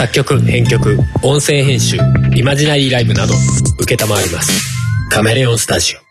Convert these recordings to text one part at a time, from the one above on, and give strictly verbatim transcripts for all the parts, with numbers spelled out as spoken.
作曲編曲音声編集イマジナリーライブなど承ります。カメレオンスタジオ。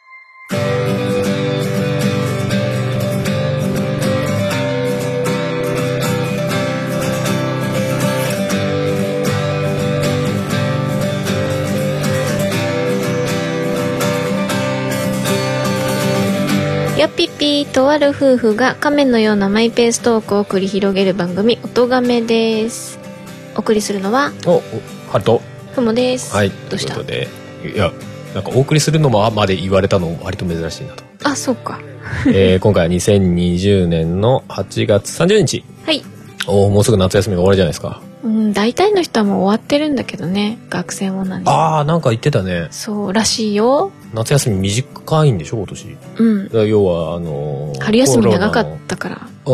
よっぴっぴー、とある夫婦が亀のようなマイペーストークを繰り広げる番組、音亀です。お送りするのはお、ハルトふもです。 はい、 どうした？ ということで、いや、なんかお送りするのもまで言われたの割と珍しいなと。 あ、そうか。 えー、今回はにせんにじゅうねんのはちがつさんじゅうにち。 はい。 お、もうすぐ夏休みが終わるじゃないですか。 うん、大体の人はもう終わってるんだけどね、学生もなんで。 ああ、なんか言ってたね。 そうらしいよ。 夏休み短いんでしょ今年。 うん。 だから要はあのー、 春休み長かったから。 うん。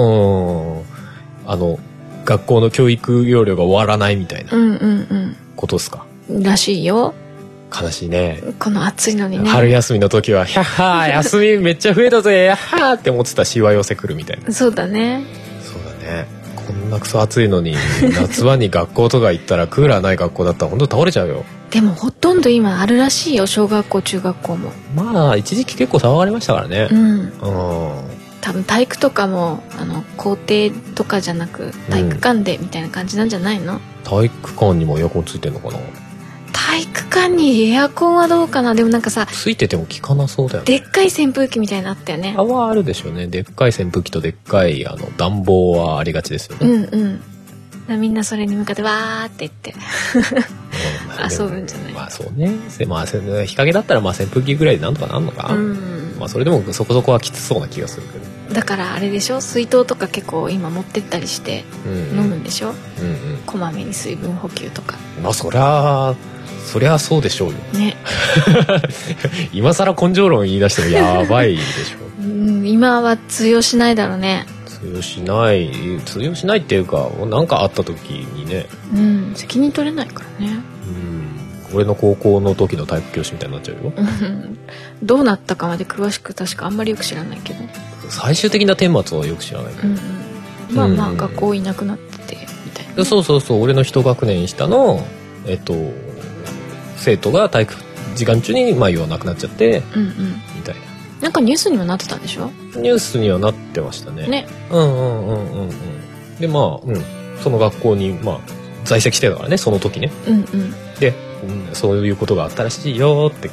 あの学校の教育要領が終わらないみたいな。 うんうんうん。 ことですか。 らしいよ。 悲しいね。 この暑いのにね。 春休みの時はヒャッハー休みめっちゃ増えたぜヤッハーって思ってたしわ寄せ来るみたいな。 そうだね。 そうだね。こんなクソ暑いのに夏場に学校とか行ったらクーラーない学校だったら本当倒れちゃうよ。 でもほとんど今あるらしいよ、小学校中学校も。 まあ一時期結構騒がれましたからね。 うん、 うん、 多分体育とかもあの校庭とかじゃなく体育館でみたいな感じなんじゃないの、うん、 体育館にもエアコンついてんのかな。 体育館にエアコンはどうかな。でもなんかさ、 ついてても効かなそうだよね。 でっかい扇風機みたいなのあったよね。 あはあるでしょうね。でっかい扇風機とでっかいあの暖房はありがちですよね。 うんうん。みんなそれに向かってわーって言って遊ぶんじゃない。 まあそうね。まあ日陰だったらまあ扇風機ぐらいでなんとかなんのかな。うん、まあそれでもそこそこはきつそうな気がするけど。 だからあれでしょ、水筒とか結構今持ってったりして飲むんでしょ、うんうん、こまめに水分補給とか。 まあそりゃそりゃそうでしょうよね今更根性論言い出してもやばいでしょうん、今は通用しないだろうね。 通用しない通用しないっていうか、何かあった時にね、 うん、責任取れないからね。 うん、俺の高校の時の体育教師みたいになっちゃうよどうなったかまで詳しく確かあんまりよく知らないけど、 最終的な顛末はよく知らないけど、うんうん、 まあまあ学校いなくなっててみたいな、ね、 そうそうそう。俺の一学年下のえっと生徒が体育時間中にまあ要はなくなっちゃって、うんうん、みたいな。 なんかニュースにもなってたんでしょ。 ニュースにはなってましたね。 ね。 うんうんうんうんうん。でまあ、うん、その学校にまあ在籍してたからね、その時ね。うんうん。で、うん、そういうことがあったらしいよって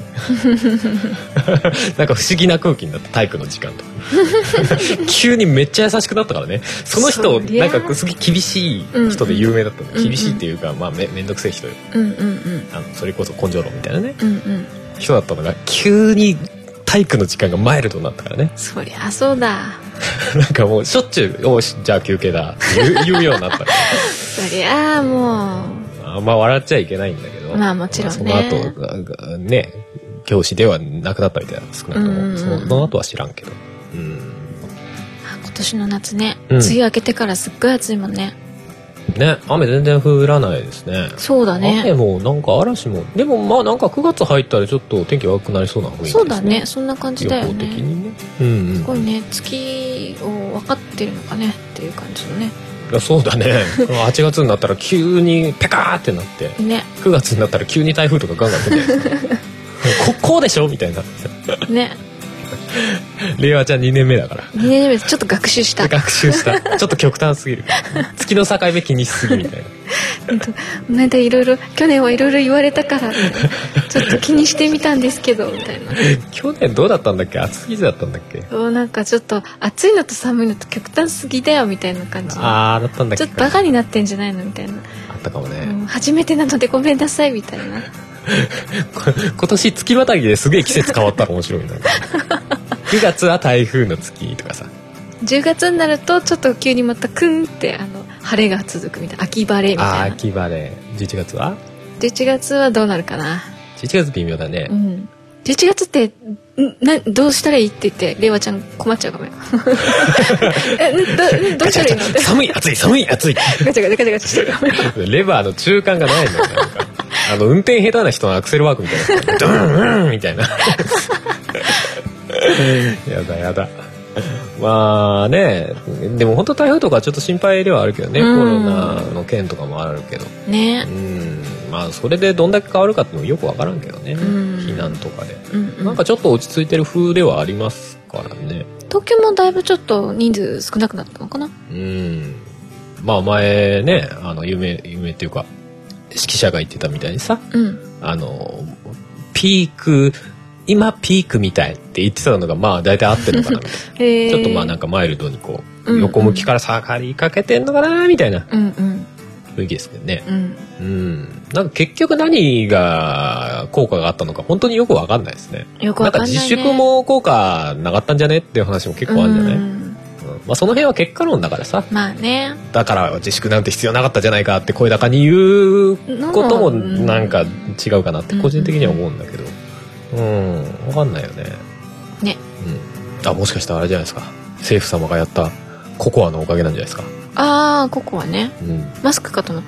なんか不思議な空気になった体育の時間とか急にめっちゃ優しくなったからね。その人なんかすげえ厳しい人で有名だったんで、うんうん、厳しいっていうかまあ め, めんどくせえ人よ、うんうんうん、あのそれこそ根性論みたいなね、うんうん、人だったのが急に体育の時間がマイルドになったからね。 そりゃそうだなんかもうしょっちゅうおしじゃあ休憩だ言 う, 言うようになったそりゃもうあんま笑っちゃいけないんだけど、 まあもちろんね、 まあ、その後ね教師ではなくなったみたいな、少なくとも、うんうん、その後は知らんけど、うん、 今年の夏ね、うん、梅雨明けてからすっごい暑いもんね。 ね、雨全然降らないですね。 そうだね。 雨もなんか嵐も、でもまあなんかくがつ入ったらちょっと天気悪くなりそうな雰囲気ですね。 そうだね、そんな感じだよね。 予報的にね、うんうん、 すごいね、月を分かってるのかねっていう感じのね。 いやそうだねはちがつになったら急にペカーってなって、ね、くがつになったら急に台風とかガンガン来るんじゃないですかこ, こうでしょみたいなね令和ちゃんにねんめだから。 にねんめちょっと学習した学習したちょっと極端すぎる月の境目気にしすぎみたいななんでいろいろ去年はいろいろ言われたからちょっと気にしてみたんですけどみたいな去年どうだったんだっけ、暑すぎずだったんだっけ。 なんかちょっと暑いのと寒いのと極端すぎだよみたいな感じ。 ああだったんだっけ。 ちょっとバカになってんじゃないのみたいな。 あったかもね、 うん、初めてなのでごめんなさいみたいな今年月またぎですげえ季節変わったら面白いなくがつは台風の月とかさ、 じゅうがつになるとちょっと急にまたクンってあの晴れが続くみたいな、秋晴れみたいな。 あ秋晴れ。じゅういちがつはじゅういちがつはどうなるかな。 じゅういちがつ微妙だね、うん、 じゅういちがつってなどうしたらいいって言って令和ちゃん困っちゃうかもよえ ど, どうしたらいいのって寒い暑い寒い暑いガチャガチャガチャガチャしてるかもよレバーの中間がないのよ。なんかあの運転下手な人のアクセルワークみたいなドゥンドゥンみたいなやだやだ。 まあね、でも本当台風とかちょっと心配ではあるけどね、コロナの件とかもあるけどね、 うんまあそれでどんだけ変わるかっていうのもよく分からんけどね、避難とかで、うんうん、なんかちょっと落ち着いてる風ではありますからね。 東京もだいぶちょっと人数少なくなったのかな。 うんまあ前ねあの有名有名っていうか指揮者が言ってたみたいにさ、うん、あのピーク今ピークみたいって言ってたのがまあ大体合ってるのかなみたいなちょっとまあなんかマイルドにこう、うんうん、横向きから下がりかけてんのかなみたいな雰囲気ですけどね、うんうん、なんか結局何が効果があったのか本当によく分かんないですね。 よく分かんないね。 なんか自粛も効果なかったんじゃねっていう話も結構あるんじゃない、うんうんまあ、その辺は結果論だからさ、 まあね、 だから自粛なんて必要なかったじゃないかって声高に言うこともなんか違うかなって個人的には思うんだけど、うん、分かんないよね。 ね、 うん、あもしかしたらあれじゃないですか、政府様がやったココアのおかげなんじゃないですか。 あーココアね、うん、マスクかと思った。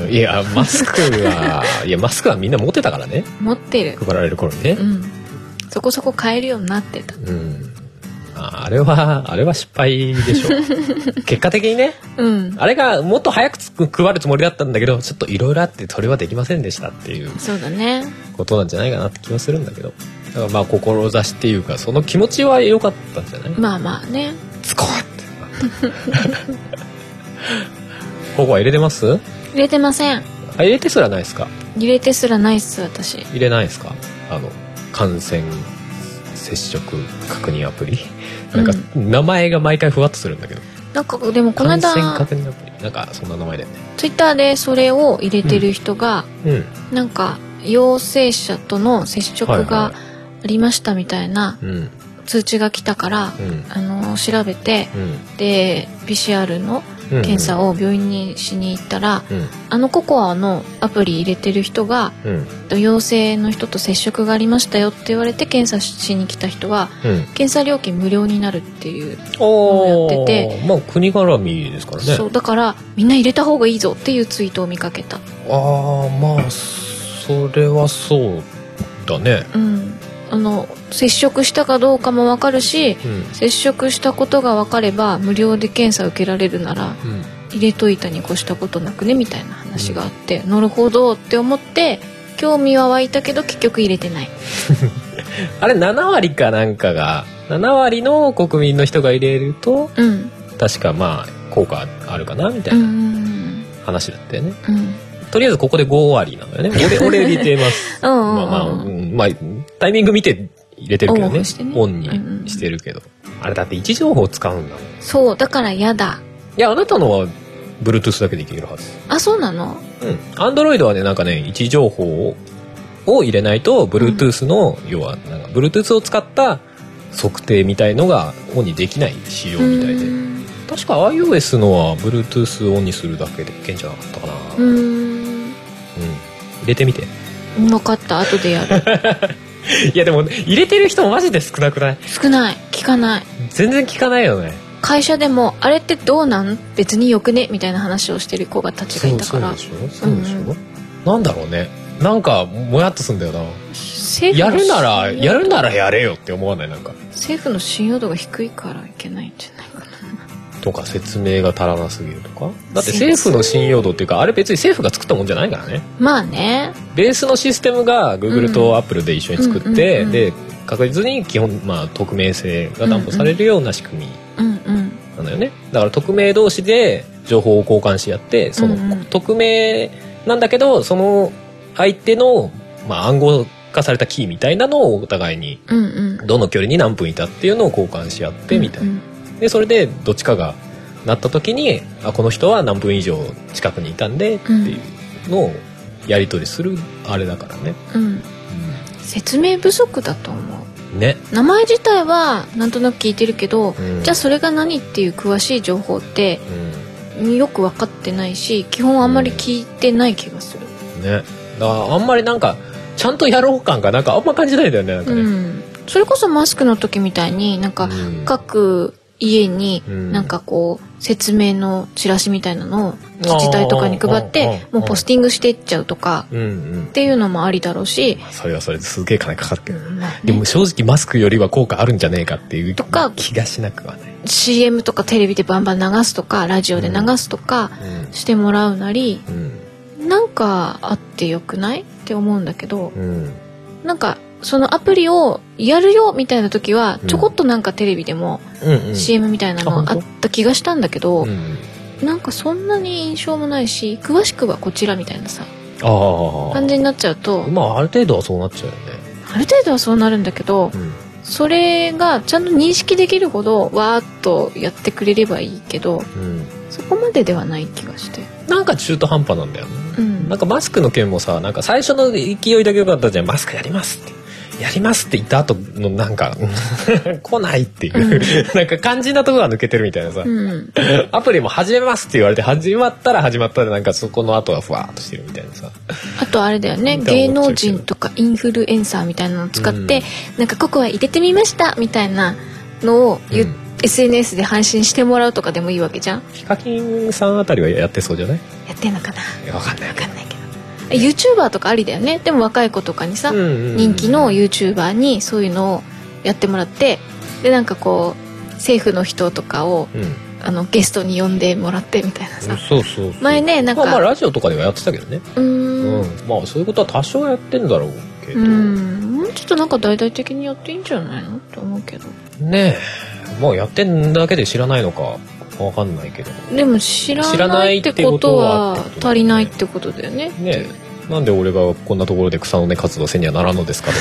いやマスクはいやマスクはみんな持ってたからね。 持ってる配られる頃にね、うん、 そこそこ買えるようになってた、うんあれはあれは失敗でしょ結果的にね、うん、あれがもっと早く配るつもりだったんだけどちょっといろいろあってそれはできませんでしたっていうそうだねことなんじゃないかなって気はするんだけど、だからまあ志っていうかその気持ちは良かったんじゃない。 まあまあねスコーってここは入れてます？ 入れてません。あ入れてすらないですか？ 入れてすらないっす私。 入れないですか？あの感染接触確認アプリなんか名前が毎回ふわっとするんだけど、 なんかでもこの間感染確認アプリなんかそんな名前だよね。 ツイッターでそれを入れてる人が、うんうん、なんか陽性者との接触がありましたみたいな通知が来たから、うん、あの調べて、うん、で ピーシーアール の検査を病院にしに行ったら、うん、あのココアのアプリ入れてる人が、うん、陽性の人と接触がありましたよって言われて検査しに来た人は、うん、検査料金無料になるっていうのをやってて、 まあ国絡みですからね。 そうだからみんな入れた方がいいぞっていうツイートを見かけた。 ああまあそれはそうだね。 うんあの接触したかどうかも分かるし、うん、接触したことが分かれば無料で検査受けられるなら、うん、入れといたに越したことなくねみたいな話があって、うん、なるほどって思って興味は湧いたけど結局入れてないあれななわりかなんかがななわりの国民の人が入れると、うん、確かまあ効果あるかなみたいな話だったよね、うんうん、とりあえずここでごわりなのよね。俺, 俺入れてますまあまあ、うん、まあタイミング見て入れてるけどね、オンにしてるけど、うんうん、あれだって位置情報使うんだもん。 そうだからやだ。 いやあなたのは Bluetooth だけでいけるはず。 あそうなの。 うん Android はねなんかね位置情報をを入れないと Bluetooth の、うん、要はなんか Bluetooth を使った測定みたいのがオンにできない仕様みたいで、確か iOS のは Bluetooth オンにするだけでいけんじゃなかったかな。うん、うん、入れてみて。 分かった後でやるいやでも入れてる人もマジで少なくない？ 少ない。聞かない。 全然聞かないよね。 会社でもあれってどうなん別によくねみたいな話をしてる子がたちがいたから。 そうそうでしょそうでしょ、うん、なんだろうね、なんかもやっとすんだよな。やるならやるならやれよって思わない？なんか政府の信用度が低いからいけないんじゃないかなとか説明が足らなすぎるとか。だって政府の信用度っていうかあれ別に政府が作ったもんじゃないからね。 まあねベースのシステムが Google と Apple で一緒に作って、うん、で確実に基本、まあ、匿名性が担保されるような仕組みなのよね。だから匿名同士で情報を交換し合ってその、うんうん、匿名なんだけどその相手の、まあ、暗号化されたキーみたいなのをお互いにどの距離に何分いたっていうのを交換し合ってみたいな、うんうん、でそれでどっちかがなった時にあこの人は何分以上近くにいたんでっていうのをやり取りするあれだからね、うんうん、 説明不足だと思うね。 名前自体はなんとなく聞いてるけど、うん、じゃあそれが何っていう詳しい情報って、うん、よく分かってないし基本あんまり聞いてない気がする、 うん、ね。だからあんまりなんかちゃんとやろう感がなんかあんま感じないんだよね。なんかね、うん、 それこそマスクの時みたいになんか各家になんかこう説明のチラシみたいなのを自治体とかに配ってもうポスティングしていっちゃうとかっていうのもありだろうし、 それはそれですげえ金かかるけど、まあね、でも正直マスクよりは効果あるんじゃねえかっていう気がしなくはない。 シーエム とかテレビでバンバン流すとかラジオで流すとかしてもらうなり、うんうん、なんかあってよくないって思うんだけど、うん、なんかそのアプリをやるよみたいな時はちょこっとなんかテレビでも シーエム みたいなのあった気がしたんだけど、うんうん、なんかそんなに印象もないし詳しくはこちらみたいなさあ感じになっちゃうと、 まあある程度はそうなっちゃうよね。 ある程度はそうなるんだけど、うん、それがちゃんと認識できるほどわーっとやってくれればいいけど、うん、そこまでではない気がして、 なんか中途半端なんだよね、うん、なんかマスクの件もさ、なんか最初の勢いだけ良かったじゃん。マスクやりますってやりますって言った後のなんか来ないっていう、うん、なんか肝心なところが抜けてるみたいなさ、うん、アプリも始めますって言われて始まったら始まったらなんかそこの後はふわーっとしてるみたいなさ。 あとあれだよね、芸能人とかインフルエンサーみたいなのを使って、うん、なんかここは入れてみましたみたいなのを言っ、うん、エスエヌエス で配信してもらうとかでもいいわけじゃん。 ヒカキンさんあたりはやってそうじゃない？ やってんのかな。 わかんない。 わかんないけど。YouTuber とかありだよね。でも若い子とかにさ、うんうんうん、人気の YouTuber にそういうのをやってもらって、でなんかこう政府の人とかを、うん、あのゲストに呼んでもらってみたいなさ。 そうそうそう。 前ねなんか、 まあ、まあラジオとかではやってたけどね。うん、うん、まあそういうことは多少やってんだろうけど。うん、 もうちょっとなんか大々的にやっていいんじゃないのって思うけど。 ねえ、まあやってんだけで知らないのか。わかんないけど、 でも知らないってことは足りないってことだよね。 ねえ、なんで俺がこんなところで草の根活動せにはならんのですか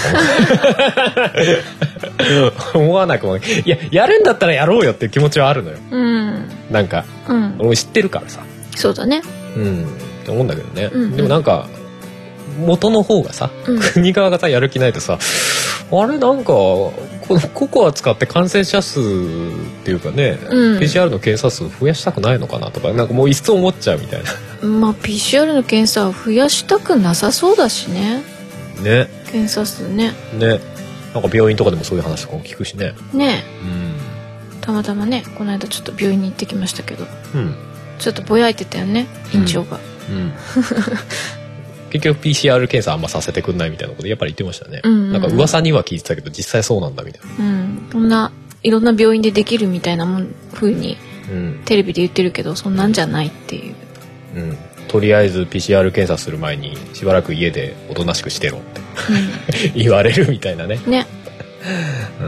とか思わなくもない。いや、やるんだったらやろうよっていう気持ちはあるのよ、うん、なんか、うん、俺知ってるからさ。 そうだね、 うんって思うんだけどね、うんうん、でもなんか元の方がさ、うん、国側がさやる気ないとさ、あれなんかこのココア使って感染者数っていうかね、うん、ピーシーアール の検査数増やしたくないのかなとか、なんかもう一層思っちゃうみたいな。 まあ ピーシーアール の検査を増やしたくなさそうだしね。 ね。 検査数ね。 ね。なんか病院とかでもそういう話とかも聞くしね。 ね。うん。たまたまね、この間ちょっと病院に行ってきましたけど、うん、ちょっとぼやいてたよね、院長が。うん。うん結局 ピーシーアール 検査あんまさせてくんないみたいなことやっぱり言ってましたね、うんうん、なんか噂には聞いてたけど実際そうなんだみたいな、うん、こんないろんな病院でできるみたいなもん風に、うん、テレビで言ってるけどそんなんじゃないっていう、うん、とりあえず ピーシーアール 検査する前にしばらく家でおとなしくしてろって、うん、言われるみたいなね。ねうん、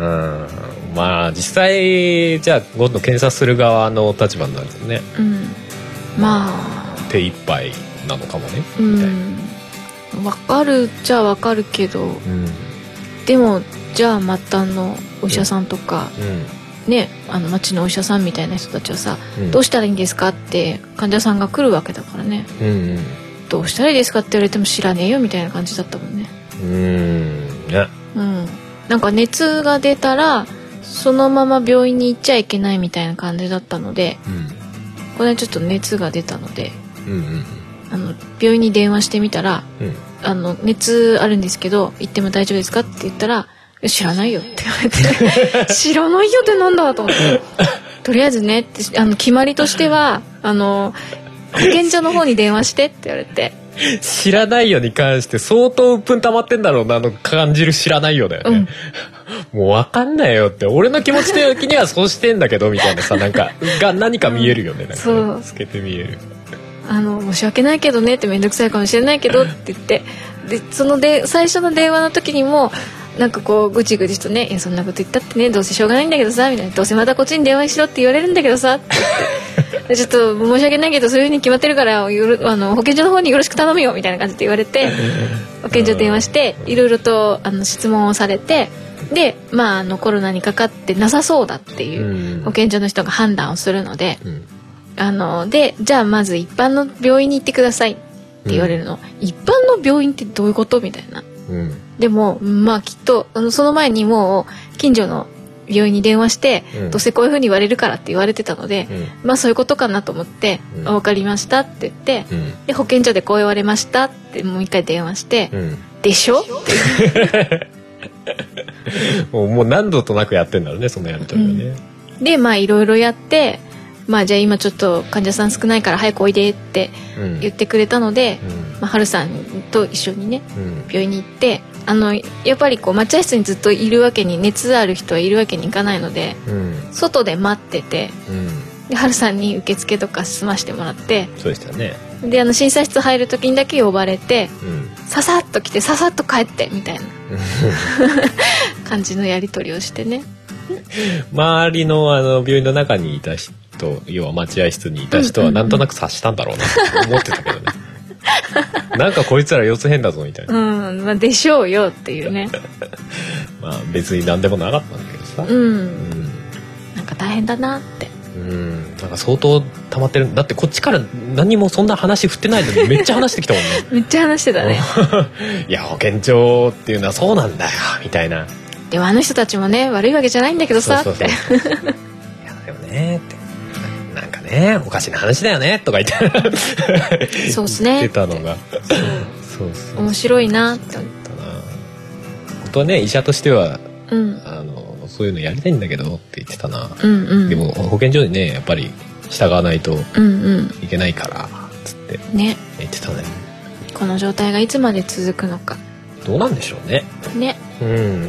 まあ実際じゃあ今度検査する側の立場になるんですね、うん、まあ手一杯なのかもね、うん、みたいな。わかるじゃあわかるけど、うん、でもじゃあ末端のお医者さんとか、うん、ね、あの町のお医者さんみたいな人たちはさ、うん、どうしたらいいんですかって患者さんが来るわけだからね、うんうん、どうしたらいいですかって言われても知らねえよみたいな感じだったもんね。うんね、うん、なんか熱が出たらそのまま病院に行っちゃいけないみたいな感じだったので、うん、これちょっと熱が出たので、うんうん、あの病院に電話してみたら、うん、あの熱あるんですけど行っても大丈夫ですかって言ったら知らないよって言われて知らないよってなんだと思ってとりあえずねってあの決まりとしてはあの保健所の方に電話してって言われて知らないよに関して相当鬱憤溜まってんだろうな、あの感じる知らないよだよね、うん、もう分かんないよって俺の気持ち的にはそうしてんだけどみたいなさなんかが何か見えるよね、なんかね、そう透けて見える。 あの申し訳ないけどねってめんどくさいかもしれないけどって言ってでそので最初の電話の時にもなんかこうぐちぐちとね、いやそんなこと言ったってねどうせしょうがないんだけどさみたいな、どうせまたこっちに電話しろって言われるんだけどさって言ってちょっと申し訳ないけどそういう風に決まってるからよろあの保健所の方によろしく頼むよみたいな感じで言われて保健所電話していろいろとあの質問をされて、で、まあ、あのコロナにかかってなさそうだっていう保健所の人が判断をするので、うん、あのでじゃあまず一般の病院に行ってくださいって言われるの、うん、一般の病院ってどういうことみたいな、うん、でもまあきっとあのその前にもう近所の病院に電話して、うん、どうせこういう風に言われるからって言われてたので、うん、まあそういうことかなと思って、うん、分かりましたって言って、うん、で保健所でこう言われましたってもう一回電話して、うん、でしょってもう、もう何度となくやってんだろうねそのやり取りはね、 でまあいろいろやって、まあじゃあ今ちょっと患者さん少ないから早くおいでって言ってくれたので、うん、まあ、春さんと一緒にね、うん、病院に行って、あのやっぱりこう待合室にずっといるわけに、熱ある人はいるわけにいかないので、うん、外で待ってて、うん、で春さんに受付とか済ましてもらって、 そうでしたね。 であの診察室入る時にだけ呼ばれて、うん、ささっと来てささっと帰ってみたいな感じのやり取りをしてね。 周りのあの病院の中にいた人、要は待合室にいた人はなんとなく察したんだろうなと思ってたけどね。なんかこいつら様子変だぞみたいな。 うん、まあ、でしょうよっていうね。 まあ別に何でもなかったんだけどさ。うん。うん、 なんか大変だなって。 うん。なんか相当溜まってる。だってこっちから何もそんな話振ってないのにめっちゃ話してきたもんね。 めっちゃ話してたね。 いや保健所っていうのはそうなんだよみたいな。 でもあの人たちもね悪いわけじゃないんだけどさって。いやでもねって。なんかねおかしな話だよねとか言ってそうっすね言ってたのがそうそう面白いなって思ったな。 本当はね医者としては、うん、あのそういうのやりたいんだけどって言ってたな、うんうん、でも保健所にねやっぱり従わないといけないからつってね言ってたね。 この状態がいつまで続くのかどうなんでしょうね。 ね、 うん、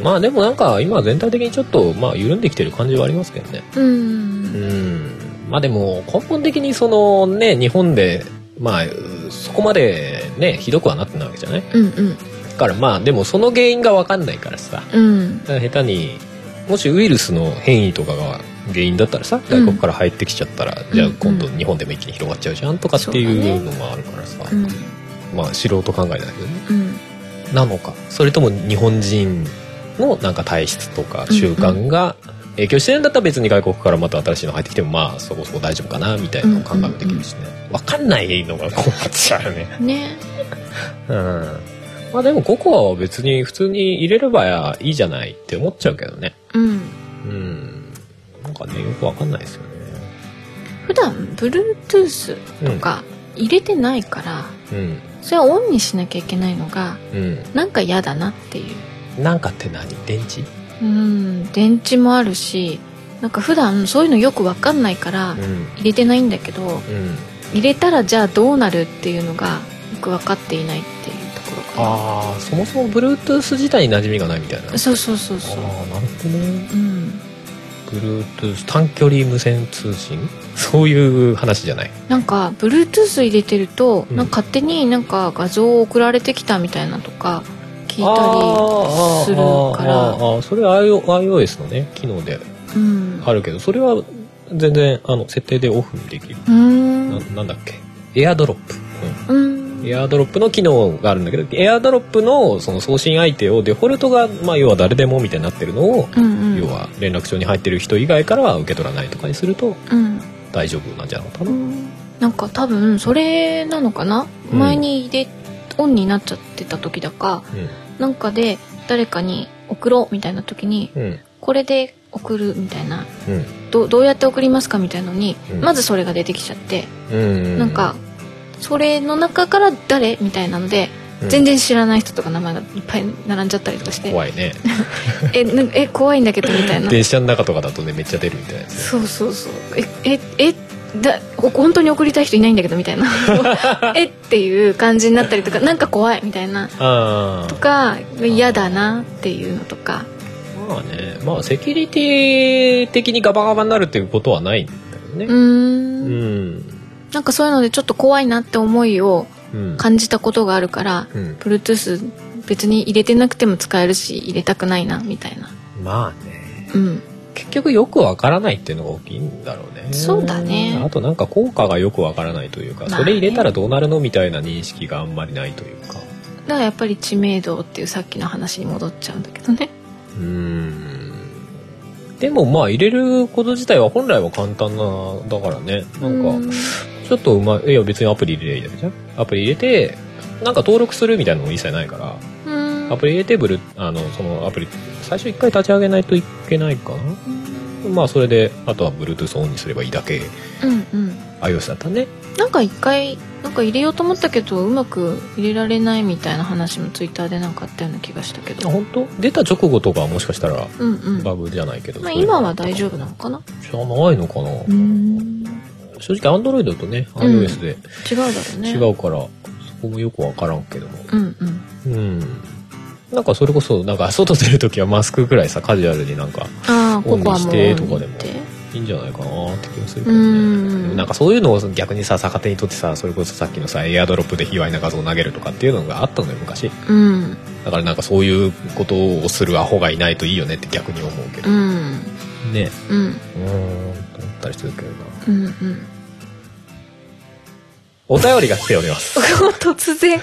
まあでもなんか今全体的にちょっとまあ緩んできてる感じはありますけどね。うん、うんまあでも根本的にそのね日本でまあそこまでねひどくはなってないわけじゃない、うんうん、だからまあでもその原因が分かんないからさ、うん、だから下手にもしウイルスの変異とかが原因だったらさ外国から入ってきちゃったら、うん、じゃあ今度日本でも一気に広がっちゃうじゃんとかっていうのもあるからさ、うん、まあ素人考えだけどね、うん、なのかそれとも日本人のなんか体質とか習慣が、うんうん影響してるんだったら別に外国からまた新しいの入ってきてもまあそこそこ大丈夫かなみたいなのを考えもできるしね、うんうんうん、分かんないのが困っちゃうね。ね、うん、まあでもココアは別に普通に入れればいいじゃないって思っちゃうけどね。うん、うん、なんかねよく分かんないですよね。 普段 Bluetooth とか入れてないから、うん、それはオンにしなきゃいけないのが、うん、なんか嫌だなっていう。 なんかって何？電池？ うん電池もあるしなんか普段そういうのよく分かんないから入れてないんだけど、うん、入れたらじゃあどうなるっていうのがよく分かっていないっていうところかな。 ああそもそも Bluetooth 自体に馴染みがないみたいな。 そうそうそうそう。 ああなるほどね、うん、Bluetooth 短距離無線通信そういう話じゃない。 なんか Bluetooth 入れてると、うん、なんか勝手になんか画像送られてきたみたいなとか聞いたりするから。 ああそれは iOS のね機能であるけど、うん、それは全然あの設定でオフにできる。うんな, なんだっけエアドロップ、うんうん、エアドロップの機能があるんだけどエアドロップ の, その送信相手をデフォルトが、まあ、要は誰でもみたいになってるのを、うんうん、要は連絡帳に入ってる人以外からは受け取らないとかにすると、うん、大丈夫なんじゃないかな、うん、 なんか多分それなのかな、うん、前に入れオンになっちゃってた時だか、うんなんかで誰かに送ろうみたいな時に、うん、これで送るみたいな、うん、ど, どうやって送りますかみたいのに、うん、まずそれが出てきちゃって、うんうん、なんかそれの中から誰みたいなので、うん、全然知らない人とか名前がいっぱい並んじゃったりとかして怖いねええ怖いんだけどみたいな電車の中とかだとねめっちゃ出るみたいな、ね、 そうそうそうえええだ本当に送りたい人いないんだけどみたいなえっていう感じになったりとかなんか怖いみたいなとか嫌だなっていうのとかまあねまあセキュリティ的にガバガバになるっていうことはないんだよね。うーんうんなんかそういうのでちょっと怖いなって思いを感じたことがあるから、うん、Bluetooth 別に入れてなくても使えるし入れたくないなみたいな。 まあねうん結局よくわからないっていうのが大きいんだろうね。 そうだね。 あとなんか効果がよくわからないというか、まあね、それ入れたらどうなるのみたいな認識があんまりないというか。だからやっぱり知名度っていうさっきの話に戻っちゃうんだけどね。うーん。でもまあ入れること自体は本来は簡単なだからね。なんかちょっとうまいいや別にアプリ入れればいいじゃん。アプリ入れてなんか登録するみたいなのも一切ないから。アプリ入れてブルあのそのアプリ最初一回立ち上げないといけないかな、うん、まあそれであとは Bluetooth オンにすればいいだけ、うんうん、iOS だったね。 なんか一回なんか入れようと思ったけどうまく入れられないみたいな話もツイッターでなんかあったような気がしたけど。 本当？出た直後とかはもしかしたらバグじゃないけど、 うんうん、まあ、今は大丈夫なのかな？ じゃないのかな。うーん、正直 Android とね iOS で、うん、 違うだろうね。 違うからそこもよくわからんけども、 うんうん、うん、 なんかそれこそなんか外出るときはマスクくらいさカジュアルになんかオンにしてとかでもいいんじゃないかなって気がするけどね。うんなんかそういうのを逆にさ逆手にとってさ、それこそさっきのさエアドロップで卑猥な画像を投げるとかっていうのがあったのよ昔、うん、だからなんかそういうことをするアホがいないといいよねって逆に思うけど、うん、ねうん、うーんと思ったりするけどな。うんうん、お便りが来ております。 突然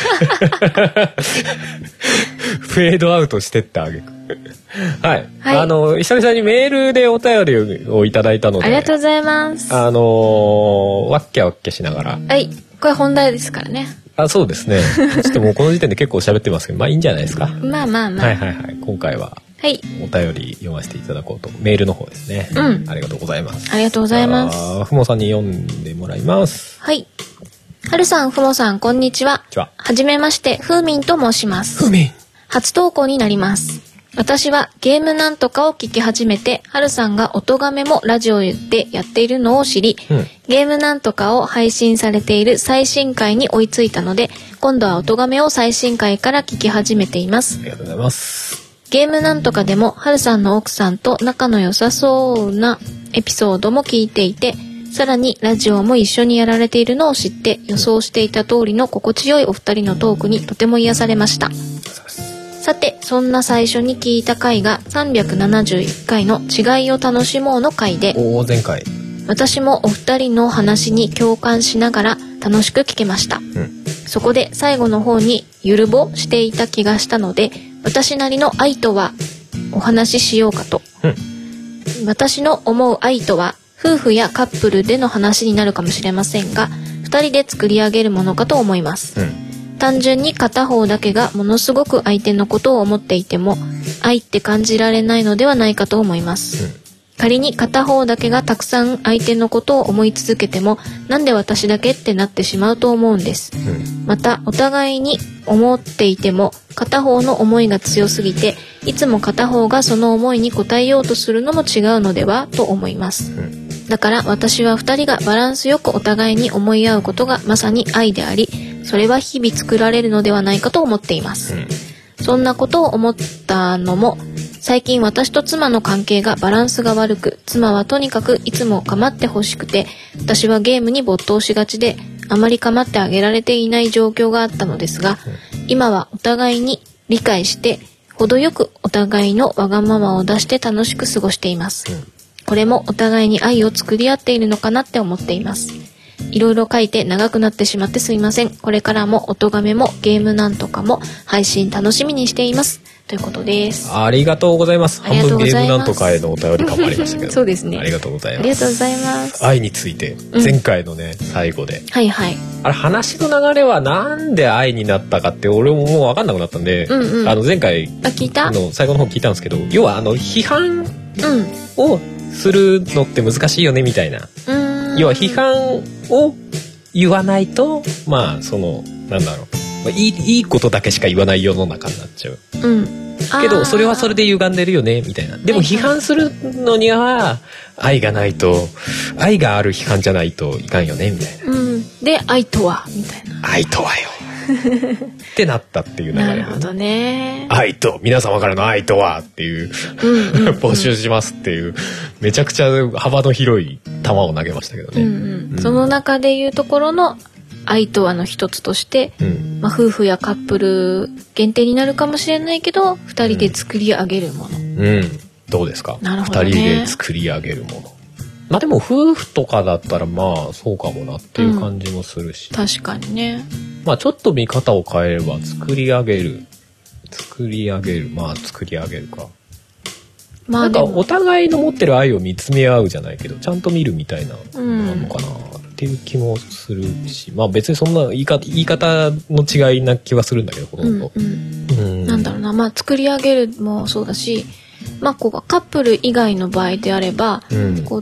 フェードアウトしてってあげくはい、はい、あの久々にメールでお便りをいただいたのでありがとうございます。 あのー、わっきゃわっきゃしながら、 はい、これ本題ですからね。 あ、そうですね。ちょっともうこの時点で結構喋ってますけどまあいいんじゃないですか。 まあまあまあ、 はいはいはい、今回ははい、お便り読ませていただこうと。メールの方ですね、うん、ありがとうございます。 ありがとうございます。 ふもさんに読んでもらいます。 はい、はるさん、ふもさん、こんにちは。はじめまして、ふーみんと申します。 ふーみん。 初投稿になります。私はゲームなんとかを聞き始めて、はるさんが音亀もラジオでやっているのを知り、うん、ゲームなんとかを配信されている最新回に追いついたので、今度は音亀を最新回から聞き始めています。 ありがとうございます。 ゲームなんとかでも、はるさんの奥さんと仲の良さそうなエピソードも聞いていて、さらにラジオも一緒にやられているのを知って予想していた通りの心地よいお二人のトークにとても癒されました。さて、そんな最初に聞いた回がさんびゃくななじゅういっかいの違いを楽しもうの回で、 おー前回私もお二人の話に共感しながら楽しく聞けました、うん、そこで最後の方にゆるぼしていた気がしたので、私なりの愛とはお話ししようかと、うん、私の思う愛とは夫婦やカップルでの話になるかもしれませんが、ふたりで作り上げるものかと思います、うん、単純に片方だけがものすごく相手のことを思っていても愛って感じられないのではないかと思います、うん、仮に片方だけがたくさん相手のことを思い続けてもなんで私だけってなってしまうと思うんです、うん、またお互いに思っていても片方の思いが強すぎていつも片方がその思いに応えようとするのも違うのではと思います、うん、だから私はふたりがバランスよくお互いに思い合うことがまさに愛であり、それは日々作られるのではないかと思っています、うん、そんなことを思ったのも最近私と妻の関係がバランスが悪く、妻はとにかくいつも構ってほしくて、私はゲームに没頭しがちであまり構ってあげられていない状況があったのですが、今はお互いに理解して程よくお互いのわがままを出して楽しく過ごしています。これもお互いに愛を作り合っているのかなって思っています。いろいろ書いて長くなってしまってすいません。これからも音亀もゲームなんとかも配信楽しみにしています。ということです。 ありがとうございます。半分ゲームなんとかへのお便り感もありましたけど。 そうですね。 ありがとうございます。 ありがとうございます。 愛について、前回のね、うん、最後で。 はいはい。 あれ話の流れはなんで愛になったかって俺ももう分かんなくなったんで、うんうん、あの前回あ聞いたの最後の方聞いたんですけど、要はあの批判をするのって難しいよねみたいな。うん、要は批判を言わないと、まあそのなんだろう、いいいいことだけしか言わない世の中になっちゃう。うん。けどそれはそれで歪んでるよねみたいな。でも批判するのには愛がないと、愛がある批判じゃないといかんよねみたいな。うん、 で愛とはみたいな。 愛とはよってなったっていう流れで、ね、 なるほどね。 愛と皆様からの愛とはっていう、うんうんうん、募集しますっていうめちゃくちゃ幅の広い球を投げましたけどね。うんうんうん、その中でいうところの愛とはの一つとして、うんまあ、夫婦やカップル限定になるかもしれないけどふたりで作り上げるもの、うん、 うん、どうですか。 なるほどね。 ふたりで作り上げるもの。まあでも夫婦とかだったらまあそうかもなっていう感じもするし、 うん、確かにね。 まあちょっと見方を変えれば作り上げる作り上げるまあ作り上げるか、まあ、なんかお互いの持ってる愛を見つめ合うじゃないけどちゃんと見るみたいなのなのかなっていう気もするし、まあ別にそんな言い方、言い方の違いな気はするんだけど、ほとんど、うんうんうん、 なんだろうな、まあ作り上げるもそうだし、まあこうカップル以外の場合であれば、うん、こう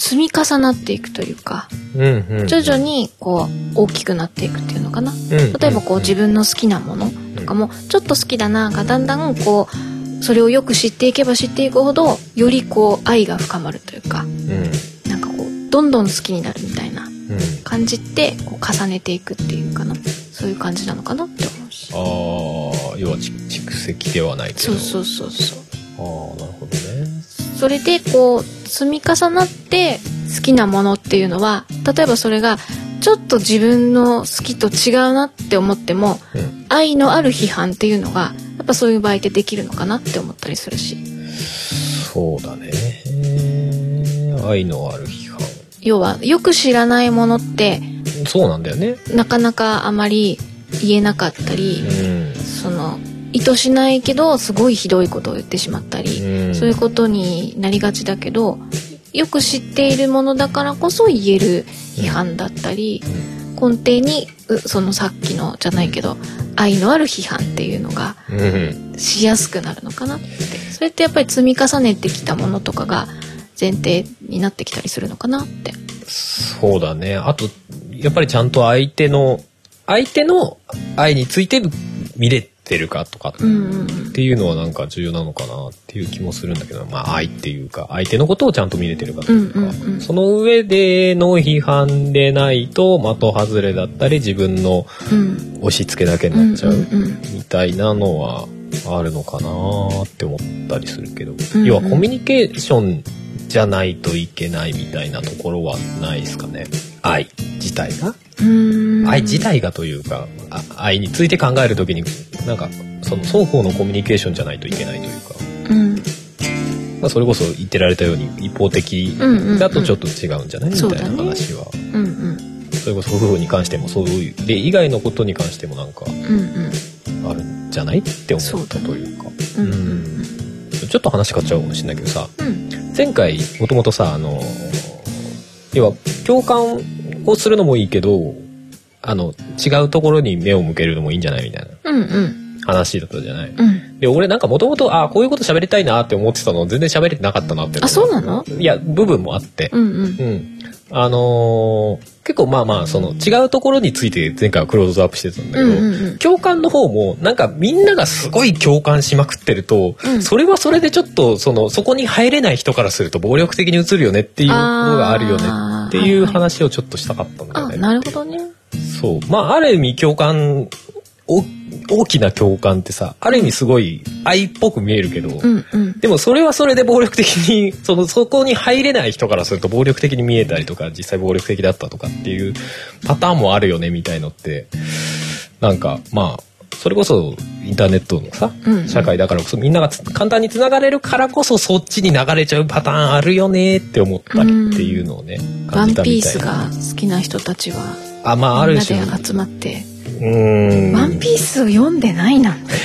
積み重なっていくというか、うんうんうん、徐々にこう大きくなっていくっていうのかな、うんうんうん、例えばこう自分の好きなものとかもちょっと好きだながだんだんこうそれをよく知っていけば知っていくほどよりこう愛が深まるというか、うん、なんかこうどんどん好きになるみたいな感じってこう重ねていくっていうかな、そういう感じなのかなって思うし。 ああ、要は蓄積ではないけど。 そうそうそうそう。 ああ、なるほどね。 それでこう積み重なって好きなものっていうのは、例えばそれがちょっと自分の好きと違うなって思っても、うん、愛のある批判っていうのがやっぱそういう場合ってできるのかなって思ったりするし。 そうだね。愛のある批判。 要はよく知らないものってそうなんだよね。 なかなかあまり言えなかったり、うん、その意図しないけどすごいひどいことを言ってしまったり、うん、そういうことになりがちだけど、よく知っているものだからこそ言える批判だったり、うん、根底にそのさっきのじゃないけど愛のある批判っていうのがしやすくなるのかなって。それってやっぱり積み重ねてきたものとかが前提になってきたりするのかなって。 そうだね。あとやっぱりちゃんと相手の相手の愛について見れてるかとかっていうのはなんか重要なのかなっていう気もするんだけど、まあ愛っていうか相手のことをちゃんと見れてるかというか、うんうんうん、その上での批判でないと的外れだったり自分の押し付けだけになっちゃうみたいなのはあるのかなって思ったりするけど、うんうん、要はコミュニケーションじゃないといけないみたいなところはないですかね。愛自体が、うーん、愛自体がというか、愛について考えるときになんかその双方のコミュニケーションじゃないといけないというか、うん、まあ、それこそ言ってられたように一方的だとちょっと違うんじゃない、うんうんうん、みたいな話は、ね、うんうん、それこそ夫婦に関してもそういうで以外のことに関してもなんかあるんじゃないって思ったというか、うんうんうん、ちょっと話変わっちゃうかもしれないけどさ、うん、前回もともとさ、あの要は共感をするのもいいけど、あの違うところに目を向けるのもいいんじゃないみたいな話だったじゃない、うん、で俺なんかもともとあこういうこと喋りたいなって思ってたの全然喋れてなかったなって。 あ、そうなの？ いや部分もあって、うんうんうん、あのー、結構まあまあその違うところについて前回はクローズアップしてたんだけど、うんうんうん、共感の方もなんかみんながすごい共感しまくってると、うん、それはそれでちょっとそのそこに入れない人からすると暴力的に映るよねっていうのがあるよねっていう話をちょっとしたかったんだよね。 あ、なるほどね。 そう、まあある意味共感お大きな共感ってさ、ある意味すごい愛っぽく見えるけど、うんうん、でもそれはそれで暴力的にそのそこに入れない人からすると暴力的に見えたりとか実際暴力的だったとかっていうパターンもあるよねみたいのってなんかまあそれこそインターネットのさ、うんうん、社会だからこそみんなが簡単につながれるからこそそっちに流れちゃうパターンあるよねって思ったりっていうのをね、うん、感じたみたいな。ワンピースが好きな人たちはあ、まあ、ある種みんなで集まってうーんワンピースを読んでないなんて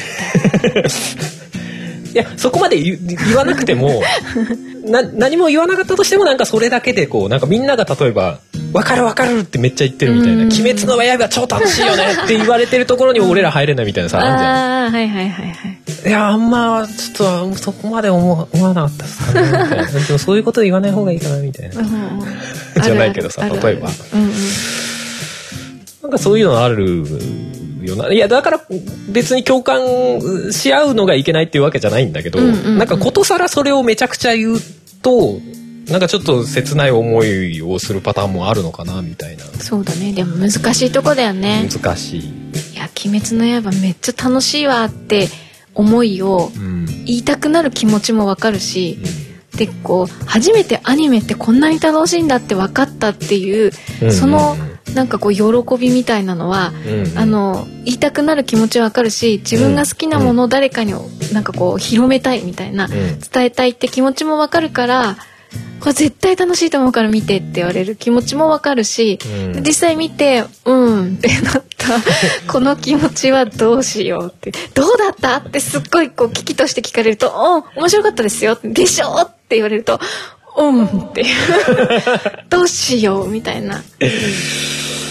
いやそこまで 言, 言わなくてもな何も言わなかったとしてもなんかそれだけでこうなんかみんなが例えば分かる分かるってめっちゃ言ってるみたいな鬼滅の刃超楽しいよねって言われてるところに俺ら入れないみたいなさ、あるじゃん。 あ、はいはいはいはい。 いやあんまちょっとそこまで思 思わなかったですかねみたいな。でもそういうこと言わない方がいいかなみたいなじゃないけどさ、例えば、うんうん、なんかそういうのあるよな。いやだから別に共感し合うのがいけないっていうわけじゃないんだけど、うんうんうん、なんかことさらそれをめちゃくちゃ言うとなんかちょっと切ない思いをするパターンもあるのかなみたいな。 そうだね。でも難しいとこだよね。 難しい。いや鬼滅の刃めっちゃ楽しいわって思いを言いたくなる気持ちもわかるし、うん、でこう初めてアニメってこんなに楽しいんだって分かったっていう、うんうん、そのなんかこう喜びみたいなのは、うんうん、あの言いたくなる気持ちはわかるし、自分が好きなものを誰かになんかこう広めたいみたいな、うん、伝えたいって気持ちもわかるから、これ絶対楽しいと思うから見てって言われる気持ちもわかるし、うん、実際見てうんってなったこの気持ちはどうしようってどうだったってすっごいこう危機として聞かれるとお面白かったですよでしょって言われるとうんってどうしようみたいな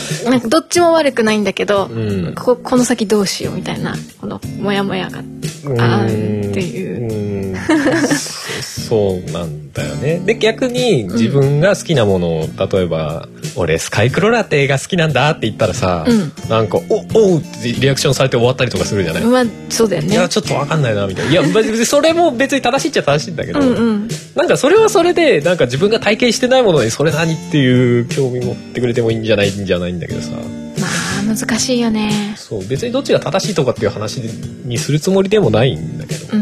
なんかどっちも悪くないんだけど、 うん、 こ, この先どうしようみたいなこのモヤモヤがあーっていう。 そうなんだよね。で逆に自分が好きなものを、うん、例えば俺スカイクロラテが好きなんだって言ったらさ、うん、なんかおおうってリアクションされて終わったりとかするじゃない。 まあそうだよね。 いやちょっと分かんないなみたいな。いや別にそれも別に正しいっちゃ正しいんだけど、うん、うん、なんかそれはそれでなんか自分が体験してないものにそれ何っていう興味持ってくれてもいいんじゃないんじゃないんだけどさ。 まあ難しいよね。 そう別にどっちが正しいとかっていう話にするつもりでもないんだけど、うん、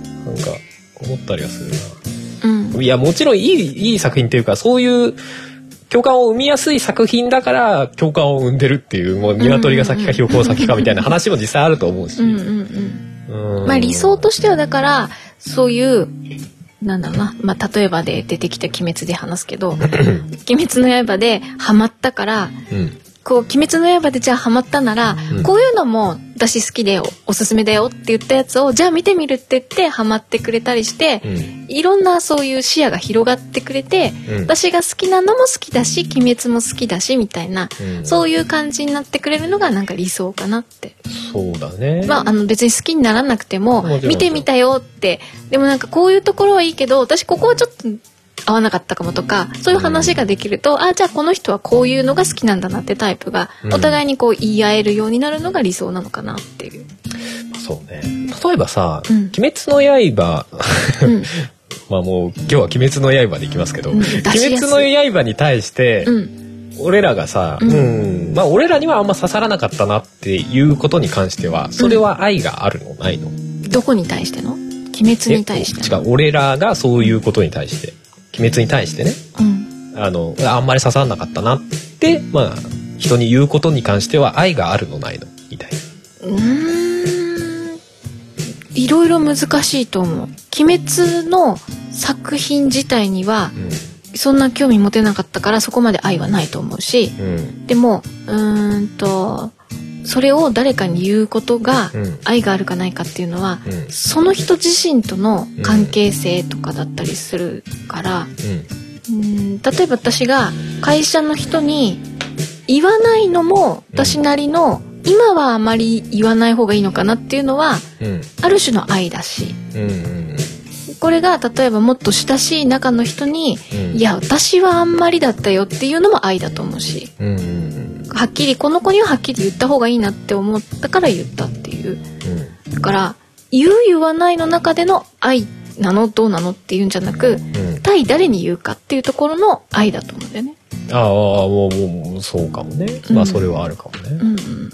なんか思ったりはするな。うん、いやもちろんいいいい作品っていうかそういう共感を生みやすい作品だから共感を生んでるっていうもう鶏が先かひよこが先かみたいな話も実際あると思うし、うんうんうん、 まあ理想としてはだからそういうなんだろうな、まあ例えばで出てきた鬼滅で話すけど鬼滅の刃でハマったから、うんこう鬼滅の刃でじゃあハマったなら、うん、こういうのも私好きで お, おすすめだよって言ったやつをじゃあ見てみるって言ってハマってくれたりして、うん、いろんなそういう視野が広がってくれて、うん、私が好きなのも好きだし鬼滅も好きだしみたいな、うん、そういう感じになってくれるのがなんか理想かなって。 そうだね。 まああの別に好きにならなくても見てみたよってでもなんかこういうところはいいけど私ここはちょっと合わなかったかもとかそういう話ができると、うん、あじゃあこの人はこういうのが好きなんだなってタイプがお互いにこう言い合えるようになるのが理想なのかなっていう、 うん、そうね。例えばさ、うん、鬼滅の刃、うん、まあもう今日は鬼滅の刃でいきますけど、うん、鬼滅の刃に対して、うん、俺らがさ、うんうん、まあ俺らにはあんま刺さらなかったなっていうことに関してはそれは愛があるのないの？ どこに対しての？鬼滅に対しての？違う俺らがそういうことに対して鬼滅に対してね、うん、あのあんまり刺さらなかったなってまあ人に言うことに関しては愛があるのないのみたいな。 うーんいろいろ難しいと思う。鬼滅の作品自体には、うん、そんな興味持てなかったからそこまで愛はないと思うし、うん、でもうーんとそれを誰かに言うことが愛があるかないかっていうのは、うん、その人自身との関係性とかだったりするから、うん、うん例えば私が会社の人に言わないのも私なりの、うん、今はあまり言わない方がいいのかなっていうのは、うん、ある種の愛だし、うんうん、これが例えばもっと親しい仲の人に、うん、いや私はあんまりだったよっていうのも愛だと思うし、うんうんはっきりこの子にははっきり言った方がいいなって思ったから言ったっていう、うん、だから言う言わないの中での愛なのどうなのっていうんじゃなく、うん、対誰に言うかっていうところの愛だと思うんだよね。 ああもうもうそうかもね、うん、まあそれはあるかもね、うんうん、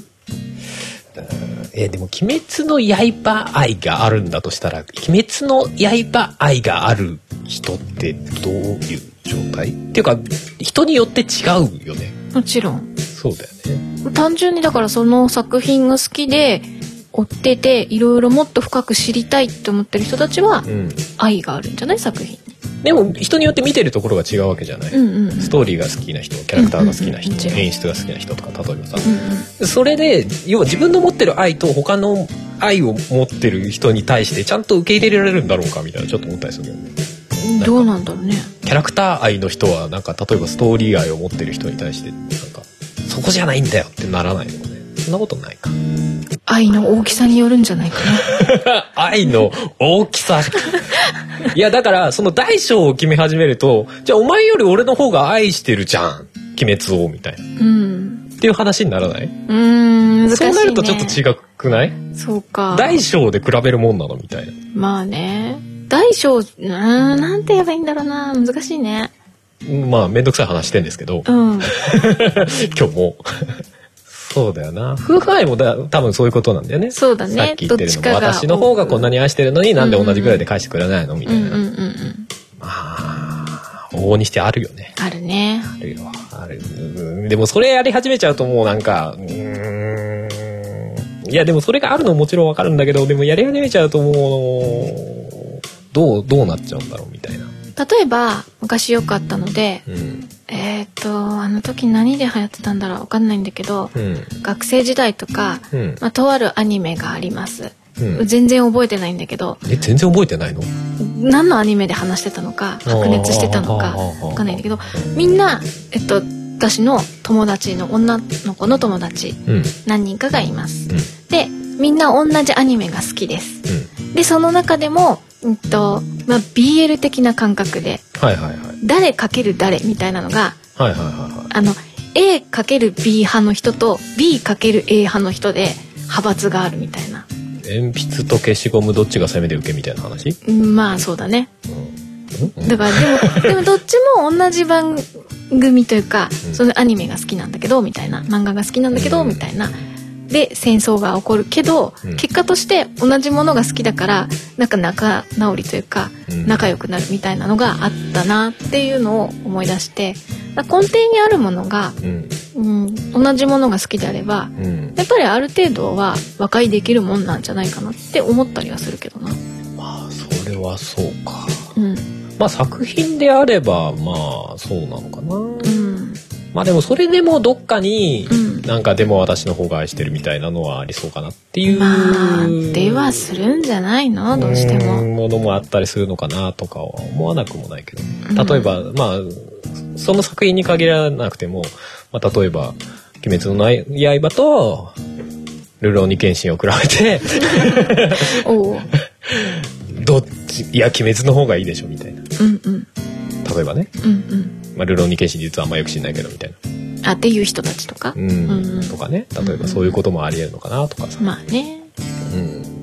えでも鬼滅の刃愛があるんだとしたら鬼滅の刃愛がある人ってどういう状態っていうか人によって違うよね。 もちろんそうだよね。 単純にだからその作品が好きで追ってていろいろもっと深く知りたいって思ってる人たちは愛があるんじゃない作品。 でも人によって見てるところが違うわけじゃない、うんうんうん、ストーリーが好きな人キャラクターが好きな人、うんうんうん、演出が好きな人とか例えばさ、うんうん、それで要は自分の持ってる愛と他の愛を持ってる人に対してちゃんと受け入れられるんだろうかみたいなちょっと思ったりするよね。 どうなんだろうね。 キャラクター愛の人はなんか例えばストーリー愛を持ってる人に対してなんかそこじゃないんだよってならないのね。そんなことないか。 愛の大きさによるんじゃないかな。愛の大きさ。いやだからその大小を決め始めるとじゃあお前より俺の方が愛してるじゃん鬼滅をみたいな、うん、っていう話にならない？うーん難しいね。 そうなるとちょっと違くない？ そうか。 大小で比べるもんなのみたいな。 まあね大小うんなんて言えばいいんだろうな難しいね。 まあめんどくさい話してんですけど、うん、今日もそうだよな。夫婦愛もだ多分そういうことなんだよね。 そうだね。 さっき言ってるのも私の方がこんなに愛してるのになんで同じぐらいで返してくれないのみたいな。まあ往々にしてあるよね。 あるね。 あるよ。ある。でもそれやり始めちゃうともうなんかうーんいやでもそれがあるのももちろんわかるんだけどでもやり始めちゃうともうどうどうなっちゃうんだろうみたいな。 例えば昔よくあったので、うん、えっとあの時何で流行ってたんだろうわかんないんだけど、うん、学生時代とか、うんまあ、とあるアニメがあります、うん、全然覚えてないんだけど。 え全然覚えてないの？ 何のアニメで話してたのか白熱してたのかわかんないんだけどみんな、えっと、 私の友達の女の子の友達、うん、何人かがいます、うん、でみんな同じアニメが好きです、うん、でその中でも、うんとまあ、ビーエル 的な感覚で、はいはいはい、誰かける誰みたいなのが、はいはいはいはい、あの エーかけるビー 派の人と ビーかけるエー 派の人で派閥があるみたいな。 鉛筆と消しゴムどっちが攻めで受けみたいな話？ まあそうだね、うん、だからでもでもどっちも同じ番組というか、うん、そのアニメが好きなんだけどみたいな、漫画が好きなんだけど、うん、みたいなで戦争が起こるけど、うん、結果として同じものが好きだからなんか仲直りというか、うん、仲良くなるみたいなのがあったなっていうのを思い出して、根底にあるものが、うんうん、同じものが好きであれば、うん、やっぱりある程度は和解できるもんなんじゃないかなって思ったりはするけどな。 まあそれはそうか、うん、まあ作品であればまあそうなのかな、うん、まあでもそれでもどっかに、うん、なんかでも私の方が愛してるみたいなのはありそうかなっていう、 まあではするんじゃないの、どうしてもものもあったりするのかなとかは思わなくもないけど、例えば、うん、まあその作品に限らなくても、まあ、例えば「鬼滅の刃」と「ルローニケンシン」を比べておどっちいや鬼滅の方がいいでしょみたいな、うんうん、例えばね、うんうんまあ、ルローニケンシン実はあんまよく知んないけどみたいなあっていう人たちとか、うんうんうん、とかね、例えばそういうこともありえるのかなとかさ、 まあね、 うん、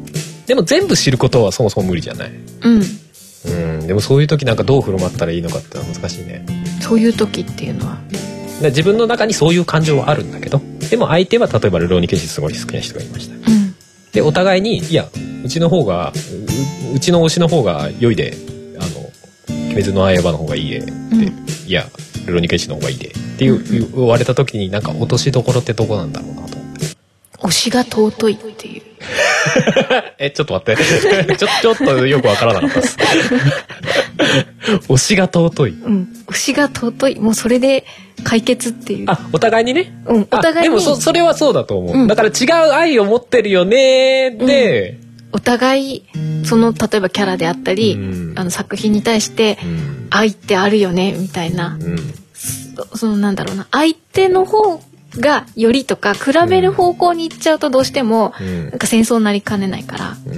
でも全部知ることはそもそも無理じゃない、うんうん、でもそういう時なんかどう振る舞ったらいいのかってのは難しいね。 そういう時っていうのは自分の中にそういう感情はあるんだけど、でも相手は例えばルローニケンシンすごい好きな人がいました、うん、でお互いにいやうちの方が う, うちの推しの方が良いで、あの鬼滅の刃の方がいいで、うん、いやルローニケンシンの方がいいでっていう、うんうん、言われた時になんか落としどころってどこなんだろうなと思って。 推しが尊いっていうえちょっと待ってちょちょっとよくわからなかったです推しが尊い、うん、 推しが尊い、もうそれで解決っていう。 あお互いにね、 うん、お互いに。 でも そ, それはそうだと思う、うん、だから違う愛を持ってるよねで、うん、 お互いその例えばキャラであったり、うん、あの作品に対して愛ってあるよねみたいな、うん、そ, そのなんだろうな、相手の方がよりとか比べる方向に行っちゃうとどうしても、うん、なんか戦争になりかねないから、うん、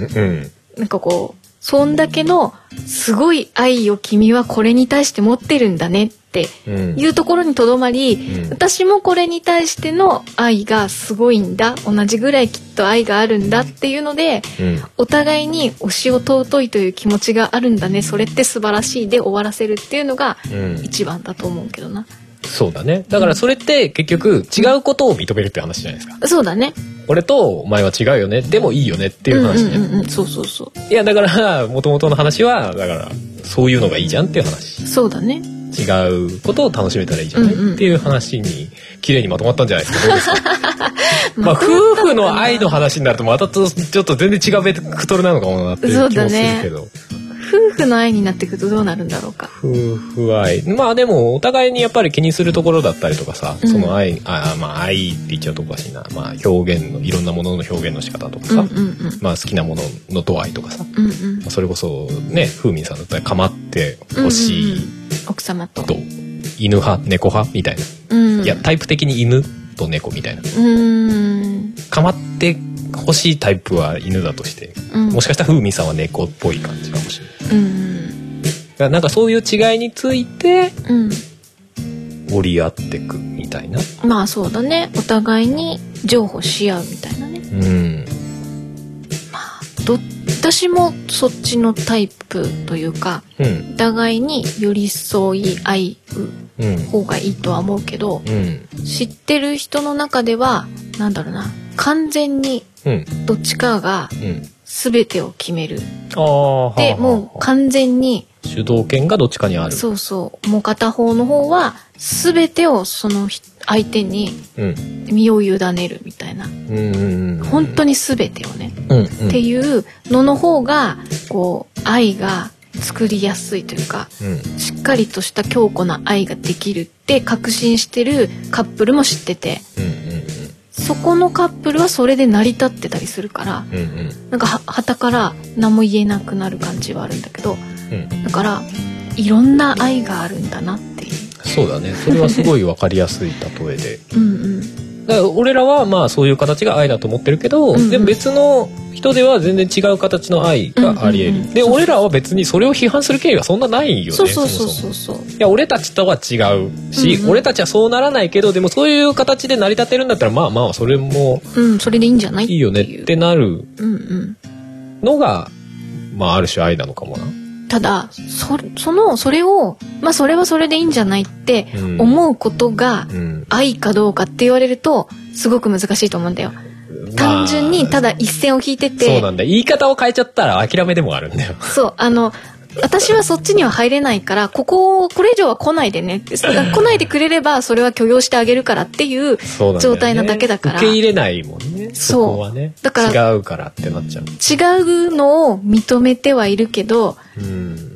なんかこうそんだけのすごい愛を君はこれに対して持ってるんだねっていうところにとどまり、うん、私もこれに対しての愛がすごいんだ、同じぐらいきっと愛があるんだっていうので、うん、お互いに推しを尊いという気持ちがあるんだね、それって素晴らしいで終わらせるっていうのが一番だと思うけどな、うん、 そうだね。だからそれって結局違うことを認めるって話じゃないですか、 うん、そうだね。 俺とお前は違うよね、でもいいよねっていう話じゃん、うんうんうん、 そうそうそう。 いやだから元々の話はだからそういうのがいいじゃんっていう話。 そうだね。 違うことを楽しめたらいいじゃない、うんうん、っていう話に綺麗にまとまったんじゃないですか。どうですかまあ夫婦の愛の話になるとまたちょっと全然違うベクトルなのかもなっていう気もするけど、 夫婦の愛になっていくとどうなるんだろうか。 夫婦愛、まあでもお互いにやっぱり気にするところだったりとかさ、うん、その愛、あまあ愛って言っちゃうとおかしいな、まあ表現のいろんなものの表現の仕方とかさ、うんうんうん、まあ好きなものの度合いとかさ、うんうんまあ、それこそね風民さんだったら構ってほしい、うんうんうん、 奥様と犬派猫派みたいな、うん、いやタイプ的に犬と猫みたいな、うん構って欲しいタイプは犬だとして、うん、もしかしたら風味さんは猫っぽい感じかもしれない、うん、なんかそういう違いについて、うん、折り合ってくみたいな。 まあそうだね、お互いに譲歩し合うみたいなね、うん、まあど私もそっちのタイプというか、うん、お互いに寄り添い合う方がいいとは思うけど、うん、知ってる人の中ではなんだろうな、完全にどっちかが全てを決める、うん、でもう完全に主導権がどっちかにある。 そうそう、もう片方の方は全てをその相手に身を委ねるみたいな、うん、本当に全てをね、うんうん、っていうのの方がこう愛が作りやすいというか、うん、しっかりとした強固な愛ができるって確信してるカップルも知ってて、うんうんうん、そこのカップルはそれで成り立ってたりするから、うんうん、なんかは傍から何も言えなくなる感じはあるんだけど、うん、だからいろんな愛があるんだなっていう。 そうだね、それはすごい分かりやすい例えでうん、うんだから俺らはまあそういう形が愛だと思ってるけど、うんうん、でも別の人では全然違う形の愛があり得る、うんうんうん、で俺らは別にそれを批判する権利はそんなないよね。 そうそうそうそうそう。 いや俺たちとは違うし、うんうん、俺たちはそうならないけどでもそういう形で成り立てるんだったらまあまあそれもうんそれでいいんじゃないいいよねってなるのが、まあある種愛なのかもな。 ただ そ, そのそれをまあそれはそれでいいんじゃないって思うことが愛かどうかって言われるとすごく難しいと思うんだよ。単純にただ一線を引いてて、 そうなんだ、言い方を変えちゃったら諦めでもあるんだよ。 そうあの私はそっちには入れないからこここれ以上は来ないでねって来ないでくれればそれは許容してあげるからっていう状態なだけだから、 ね、受け入れないもんね。そこはねだから違うからってなっちゃう。 違うのを認めてはいるけど、うん、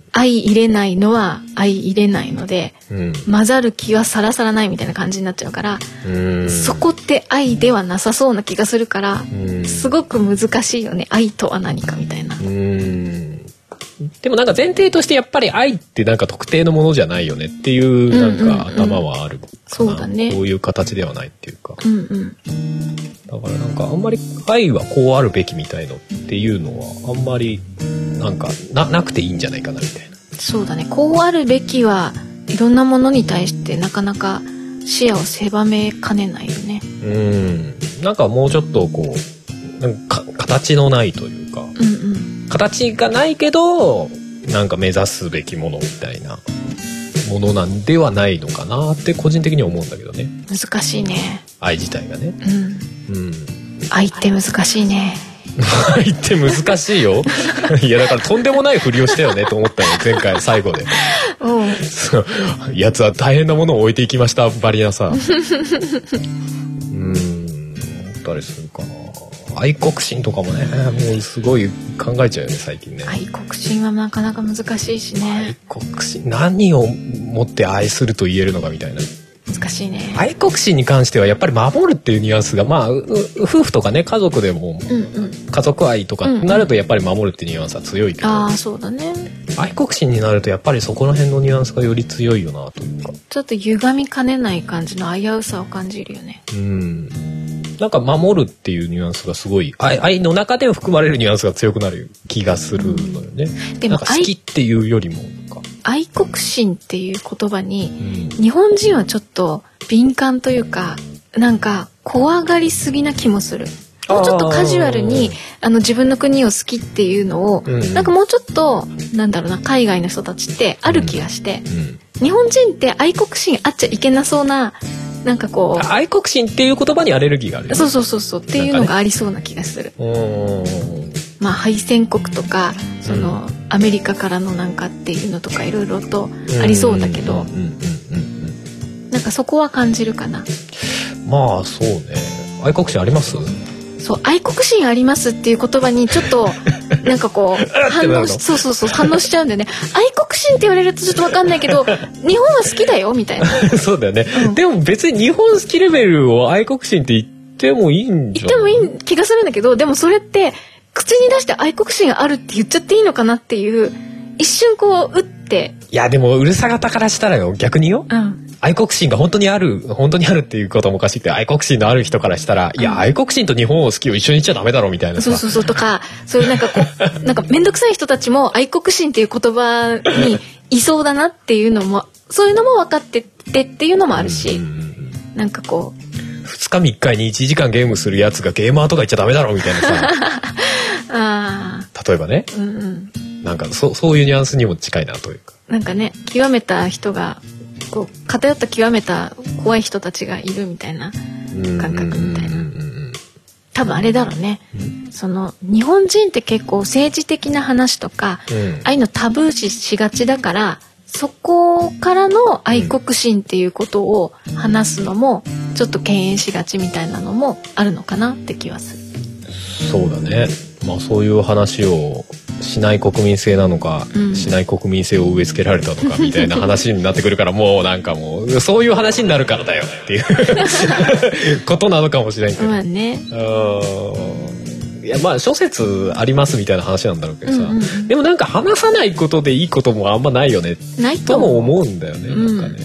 相入れないのは相入れないので、うん、混ざる気はさらさらないみたいな感じになっちゃうから、うん、そこって愛ではなさそうな気がするから、うん、すごく難しいよね。愛とは何かみたいな。 うんでもなんか前提としてやっぱり愛ってなんか特定のものじゃないよねっていうなんか頭はあるかな、 うんうんうん、そうだね。 こういう形ではないっていうか、 うんうん、 だからなんかあんまり愛はこうあるべきみたいのっていうのはあんまりなんか な, なくていいんじゃないかなみたいな。 そうだね。こうあるべきはいろんなものに対してなかなか視野を狭めかねないよね。 うんなんかもうちょっとこうなんか形のないというか、うんうん、形がないけどなんか目指すべきものみたいなものなんではないのかなって個人的には思うんだけどね。 難しいね愛自体がね、 うんうん、愛って難しいね。 愛って難しいよいやだからとんでもないふりをしたよねと思ったよ前回最後で、うん、そうやつは大変なものを置いていきましたバリなさうん思ったりするかな。愛国心とかもねもうすごい考えちゃうよね最近ね。 愛国心はなかなか難しいしね。 愛国心何をもって愛すると言えるのかみたいな難しいね。 愛国心に関してはやっぱり守るっていうニュアンスがまあ夫婦とかね家族でも、うんうん、家族愛とかなるとやっぱり守るっていうニュアンスは強いけど、うんうん、 あそうだね。 愛国心になるとやっぱりそこら辺のニュアンスがより強いよなというかちょっと歪みかねない感じの危うさを感じるよね。 うんなんか守るっていうニュアンスがすごい 愛, 愛の中でも含まれるニュアンスが強くなる気がするのよね、うん、でもなんか好きっていうよりもなんか愛国心っていう言葉に、うん、日本人はちょっと敏感というかなんか怖がりすぎな気もする。もうちょっとカジュアルにあの自分の国を好きっていうのを、うん、なんかもうちょっとなんだろうな海外の人たちってある気がして、うんうん、日本人って愛国心あっちゃいけなそうななんかこう愛国心っていう言葉にアレルギーがあるよね。 そうそうそうそうっていうのがありそうな気がする。まあ敗戦国とかその、うん、アメリカからのなんかっていうのとかいろいろとありそうだけどなんかそこは感じるかな。 まあそうね。愛国心あります？ そう愛国心ありますっていう言葉にちょっとなんかこう反応しそうそうそう反応しちゃうんだよね。愛国心って言われるとちょっと分かんないけど日本は好きだよみたいなそうだよね、うん、でも別に日本好きレベルを愛国心って言ってもいいんじゃない？ 言ってもいい気がするんだけどでもそれって口に出して愛国心あるって言っちゃっていいのかなっていう一瞬こう打っていやでもうるさ型からしたらよ逆によ、うん愛国心が本当にある本当にあるっていうこともおかしいって愛国心のある人からしたら、うん、いや愛国心と日本を好きを一緒に言っちゃダメだろみたいなそうそうそうとかそういうなんかこうなんか面倒くさい人たちも愛国心っていう言葉にいそうだなっていうのもそういうのも分かっててっていうのもあるし、うんうんうん、なんかこうふつかみっかにいちじかんゲームするやつがゲーマーとか言っちゃダメだろみたいなさあ例えばね、うんうん、なんか そ, そういうニュアンスにも近いなというかなんかね極めた人がこう偏った極めた怖い人たちがいるみたいな感覚みたいな多分あれだろうね、うん、その日本人って結構政治的な話とか、うん、ああいうのタブー視しがちだからそこからの愛国心っていうことを話すのもちょっと敬遠しがちみたいなのもあるのかなって気はする。 そうだね。まあそういう話をしない国民性なのか、うん、しない国民性を植え付けられたのかみたいな話になってくるからもうなんかもうそういう話になるからだよっていうことなのかもしれないけど、まあね、いやまあ諸説ありますみたいな話なんだろうけどさ、うんうん、でもなんか話さないことでいいこともあんまないよねとも思うんだよね、うん、なんかね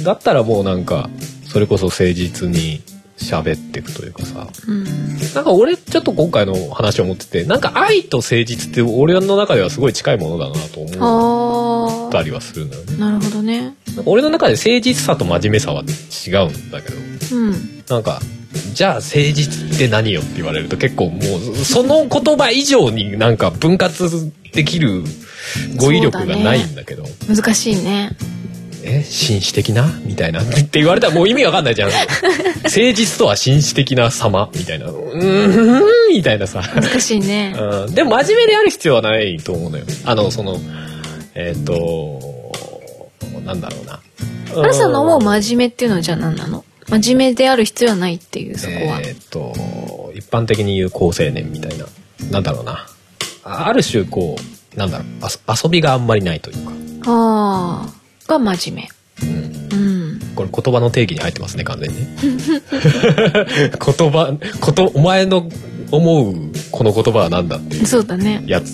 だったらもうなんかそれこそ誠実に喋っていくというかさ、うん、なんか俺ちょっと今回の話を持ってて、なんか愛と誠実って俺の中ではすごい近いものだなと思ったりはするんだよね。 なるほどね。 なんか俺の中で誠実さと真面目さは違うんだけど、うん、なんかじゃあ誠実って何よって言われると結構もうその言葉以上になんか分割できる語彙力がないんだけど、 ね、難しいね。 え紳士的なみたいなって言われたらもう意味わかんないじゃん。誠実とは紳士的な様みたいな、うーんみたいなさ、 難しいね、 うん、でも真面目である必要はないと思うのよ。あのそのえっ、ー、となんだろうな、 あなたの思う真面目っていうのはじゃあ何なの？真面目である必要はないっていう、そこはえっ、ー、と一般的に言う好青年みたいな、なんだろうな、ある種こうなんだろう、遊びがあんまりないというか、 ああが真面目、うんうん、 これ言葉の定義に入ってますね完全にね。言葉ことお前の思うこの言葉は何だっていうやつ、 そうだね、うんうん、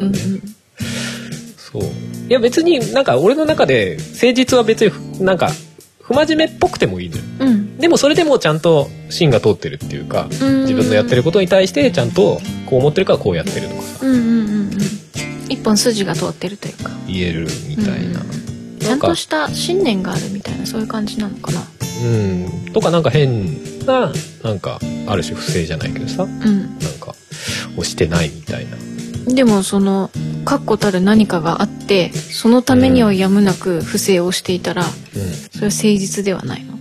そういや別になんか俺の中で誠実は別になんか不真面目っぽくてもいいのよ、うん、でもそれでもちゃんと芯が通ってるっていうか、うんうんうん、自分のやってることに対してちゃんとこう思ってるからこうやってるとかさ、うんうんうんうん、 一本筋が通ってるというか言えるみたいな、うん、 ちゃんとした信念があるみたいな、そういう感じなのかな。 うんとかなんか変ななんかある種不正じゃないけどさ、うん、なんか押してないみたいな。 でもその確固たる何かがあってそのためにはやむなく不正をしていたら、うん、それは誠実ではないの？うん、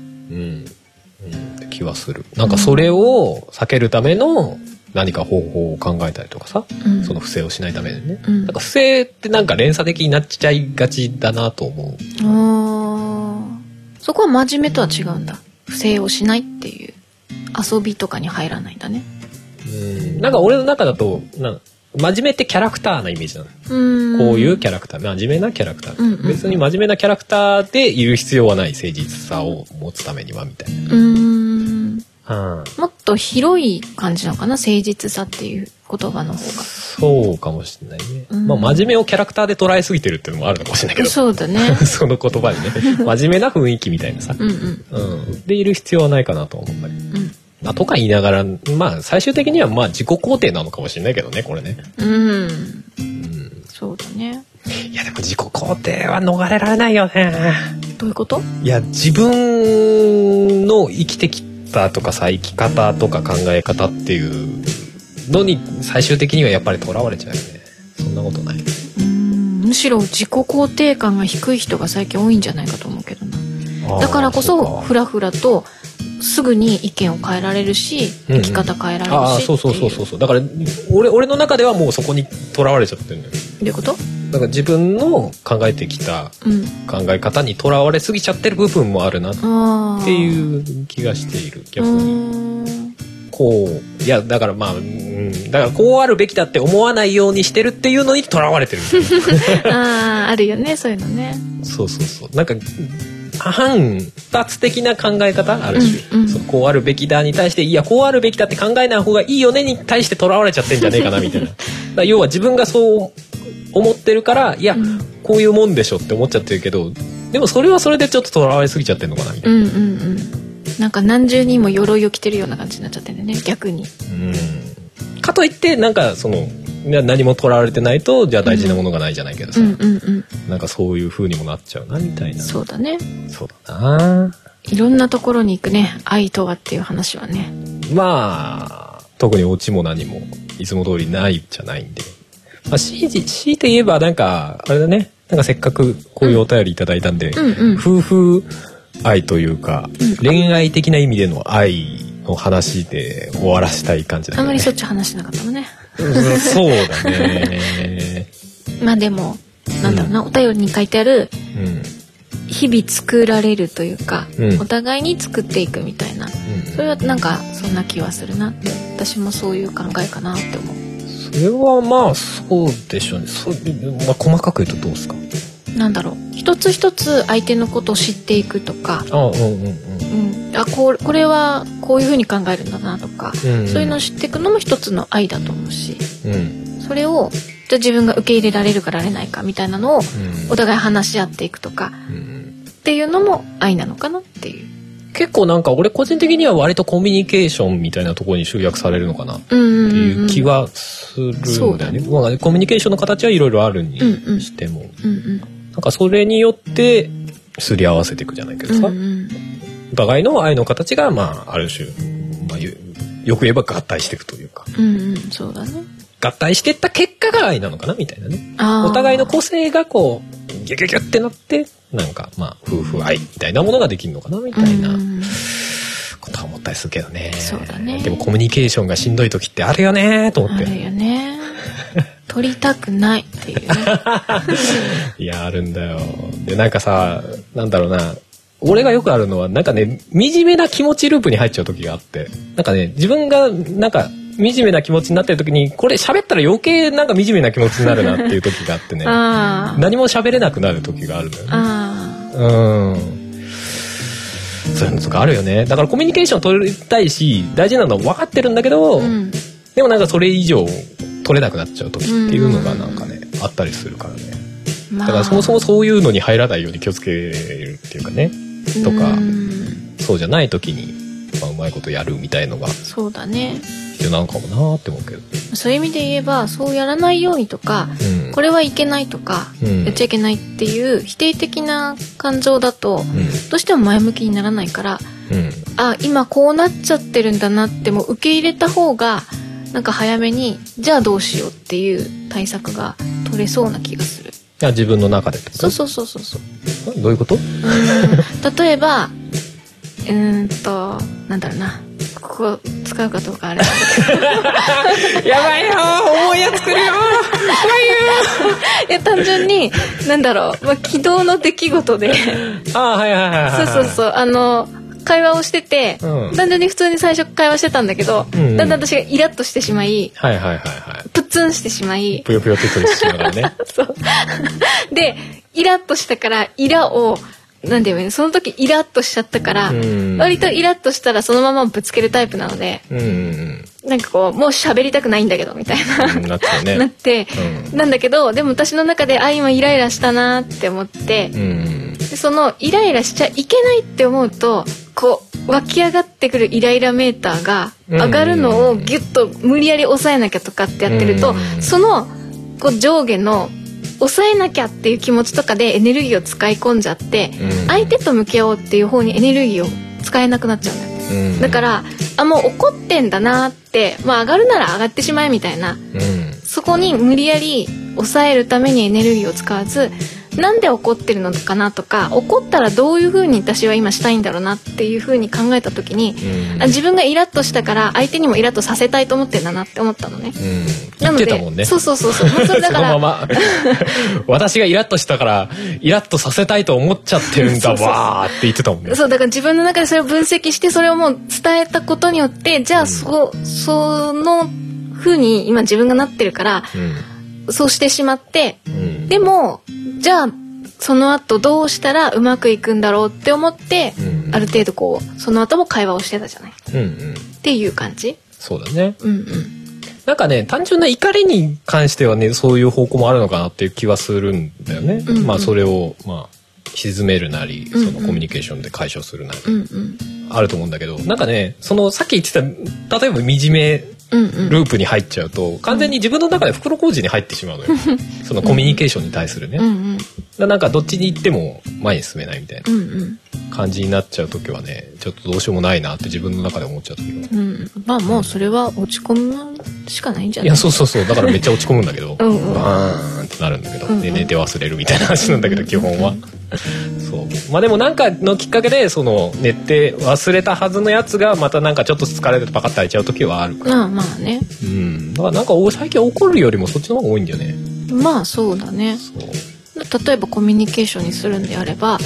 うん、気はする。なんかそれを避けるための何か方法を考えたりとかさ、うん、その不正をしないためにね、うん、なんか不正ってなんか連鎖的になっちゃいがちだなと思う。 あ、そこは真面目とは違うんだ。不正をしないっていう遊びとかに入らないんだね。 うん、なんか俺の中だとなん真面目ってキャラクターなイメージなの。うん、こういうキャラクター、真面目なキャラクター、うんうん、別に真面目なキャラクターでいる必要はない、誠実さを持つためにはみたいな。うーん、はあ、もっと広い感じなのかな、誠実さっていう言葉の方が。 そうかもしれないね、うん、まあ真面目をキャラクターで捉えすぎてるっていうのもあるのかもしれないけど。 そうだね。 その言葉にね、真面目な雰囲気みたいなさ、うん、うんうん、でいる必要はないかなと思ったり、うん、まあ、とか言いながら、まあ最終的にはまあ自己肯定なのかもしれないけどね、これね。うん、うん、 そうだね。 いやでも自己肯定は逃れられないよね。 どういうこと？いや自分の生きてきたとかさ、生き方とか考え方っていうのに最終的にはやっぱりとらわれちゃうよね。そんなことない。うーん、むしろ自己肯定感が低い人が最近多いんじゃないかと思うけどな。だからこそフラフラとすぐに意見を変えられるし、生き方変えられるし、うんうん、あ、 そうそうそうそうそう。だから俺俺の中ではもうそこにとらわれちゃってるんだよ。 どういうこと？ だから自分の考えてきた考え方にとらわれすぎちゃってる部分もあるなっていう気がしている。逆にこう、いやだからまあ、うん、だからこうあるべきだって思わないようにしてるっていうのにとらわれてるああ、あるよね、そういうのね。 そうそうそう。なんか反発的な考え方ある種、うんうん、そうこうあるべきだに対して、いやこうあるべきだって考えない方がいいよねに対してとらわれちゃってんじゃねえかなみたいな。だから要は自分がそう思ってるから、いや、うん、こういうもんでしょって思っちゃってるけど、でもそれはそれでちょっととらわれすぎちゃってんのかなみたいな、うんうんうん、 なんか何重にも鎧を着てるような感じになっちゃってるね、逆に。 うん、かといってなんかその何もとらわれてないとじゃあ大事なものがないじゃないけどさ、うんうんうんうん、なんかそういう風にもなっちゃうなみたいな。 そうだね。 そうだな。 いろんなところに行くね、愛とはっていう話はね。 まあ特にオチも何もいつも通りないじゃないんで、まあ、強いて強いて言えばなんかあれだね、なんかせっかくこういうお便りいただいたんで、うんうんうん、夫婦愛というか、うん、恋愛的な意味での愛の話で終わらしたい感じだね。 あんまりそっち話しなかったのね。 そうだね。 まあでもなんだろうな、うん、お便りに書いてある、うん、日々作られるというか、うん、お互いに作っていくみたいな、うん、それはなんかそんな気はするなって。私もそういう考えかなって思う。 それはまあそうでしょうね。そう、まあ、細かく言うとどうですか？ なんだろう、一つ一つ相手のことを知っていくとか、あ、うんうんうんうん、あ、こう、これはこういう風に考えるんだなとか、うんうん、そういうのを知っていくのも一つの愛だと思うし、うん、それをじゃあ自分が受け入れられるかられないかみたいなのをお互い話し合っていくとか、うん、 っていうのも愛なのかなっていう。 結構なんか俺個人的には割とコミュニケーションみたいなところに集約されるのかなっていう気はするんだよね。うんうんうん、まあ、コミュニケーションの形はいろいろあるにしても、うんうん、なんかそれによってすり合わせていくじゃないけどさ、うんうん、お互いの愛の形がまあある種、まあ、よく言えば合体していくというか、 うんうん、そうだね。 合体していった結果が愛なのかなみたいなね。お互いの個性がこうギュギュギュってなってなんかまあ夫婦愛みたいなものができるのかなみたいなことは思ったりするけどね。 そうだね。 でもコミュニケーションがしんどい時ってあるよねと思って。 あるよね。取りたくないっていうね。 いやあるんだよ。でなんかさなんだろうな。俺がよくあるのはなんかね惨めな気持ちループに入っちゃう時があって、なんかね自分がなんか惨めな気持ちになってる時にこれ喋ったら余計なんか惨めな気持ちになるなっていう時があってね何も喋れなくなる時があるのよね。あうんそういうのとかあるよね。だからコミュニケーション取りたいし大事なのは分かってるんだけど、うん、でもなんかそれ以上取れなくなっちゃう時っていうのがなんかね、うん、あったりするからね、まあ、だからそもそもそういうのに入らないように気をつけるっていうかねとか、うん、そうじゃない時に、まあ、うまいことやるみたいのがそうだね必要なのかもなって思うけど、 そういう意味で言えばそうやらないようにとか、うん、これはいけないとか、うん、やっちゃいけないっていう否定的な感情だと、うん、どうしても前向きにならないから、うん、あ今こうなっちゃってるんだなっても受け入れた方がなんか早めにじゃあどうしようっていう対策が取れそうな気がする。 いや自分の中でってこと？ そうそうそうそうそう。 どういうこと？ 例えばうーんとなんだろうなここ使うかどうかあれやばいよ重いやつ来るよいや単純になんだろう、まあ、昨日の出来事であはいはいはいはいそうそうそうあの会話をしてて、うん、だんだんに普通に最初会話してたんだけど、うんうん、だんだん私がイラッとしてしまい、 はいはいはいはい、 プツンしてしまいぷよぷよってしてしまうからねそうでイラッとしたからイラをなんていうのその時イラッとしちゃったから、うん、割とイラッとしたらそのままぶつけるタイプなので、うん、なんかこうもう喋りたくないんだけどみたいな、うん、なって、ね、なって、うん、なんだけどでも私の中であ今イライラしたなって思って、うん、でそのイライラしちゃいけないって思うとこう湧き上がってくるイライラメーターが上がるのをギュッと無理やり抑えなきゃとかってやってると、うん、そのこう上下の抑えなきゃっていう気持ちとかでエネルギーを使い込んじゃって、うん、相手と向き合おうっていう方にエネルギーを使えなくなっちゃうんだよ、うん、だからあもう怒ってんだなって、まあ、上がるなら上がってしまえみたいな、うん、そこに無理やり抑えるためにエネルギーを使わずなんで怒ってるのかなとか怒ったらどういう風に私は今したいんだろうなっていう風に考えた時に、うん、あ自分がイラッとしたから相手にもイラッとさせたいと思ってんだなって思ったのね、うん、 言ってたもんね。 そうそうそうそう、まあ、それだからそのまま私がイラッとしたからイラッとさせたいと思っちゃってるんだわーって言ってたもんね。 そうだから自分の中でそれを分析してそれをもう伝えたことによってじゃあ そ, うその風に今自分がなってるから、うん、そうしてしまって、うん、でもじゃあその後どうしたらうまくいくんだろうって思って、うん、ある程度こうその後も会話をしてたじゃない、うんうん、っていう感じ。 そうだね、うんうん、なんかね単純な怒りに関してはねそういう方向もあるのかなっていう気はするんだよね、うんうん、まあそれをまあ沈めるなりそのコミュニケーションで解消するなり、うんうん、あると思うんだけどなんかねそのさっき言ってた例えば惨めループに入っちゃうと完全に自分の中で袋小路に入ってしまうのよそのコミュニケーションに対するね、うんうん、だなんかどっちに行っても前に進めないみたいな感じになっちゃう時はねちょっとどうしようもないなって自分の中で思っちゃう時は、うん、 まあもうそれは落ち込むしかないんじゃない？ いやそうそうそうだからめっちゃ落ち込むんだけどうん、バーンってなるんだけど、うんうん、で寝て忘れるみたいな話なんだけど基本はそうまあでもなんかのきっかけでその寝て忘れたはずのやつがまたなんかちょっと疲れてパカッと開いちゃう時はあるから、 まあまあね、 うん、だからなんか最近怒るよりもそっちの方が多いんだよね。 まあそうだね。そう例えばコミュニケーションにするんであれば、うん、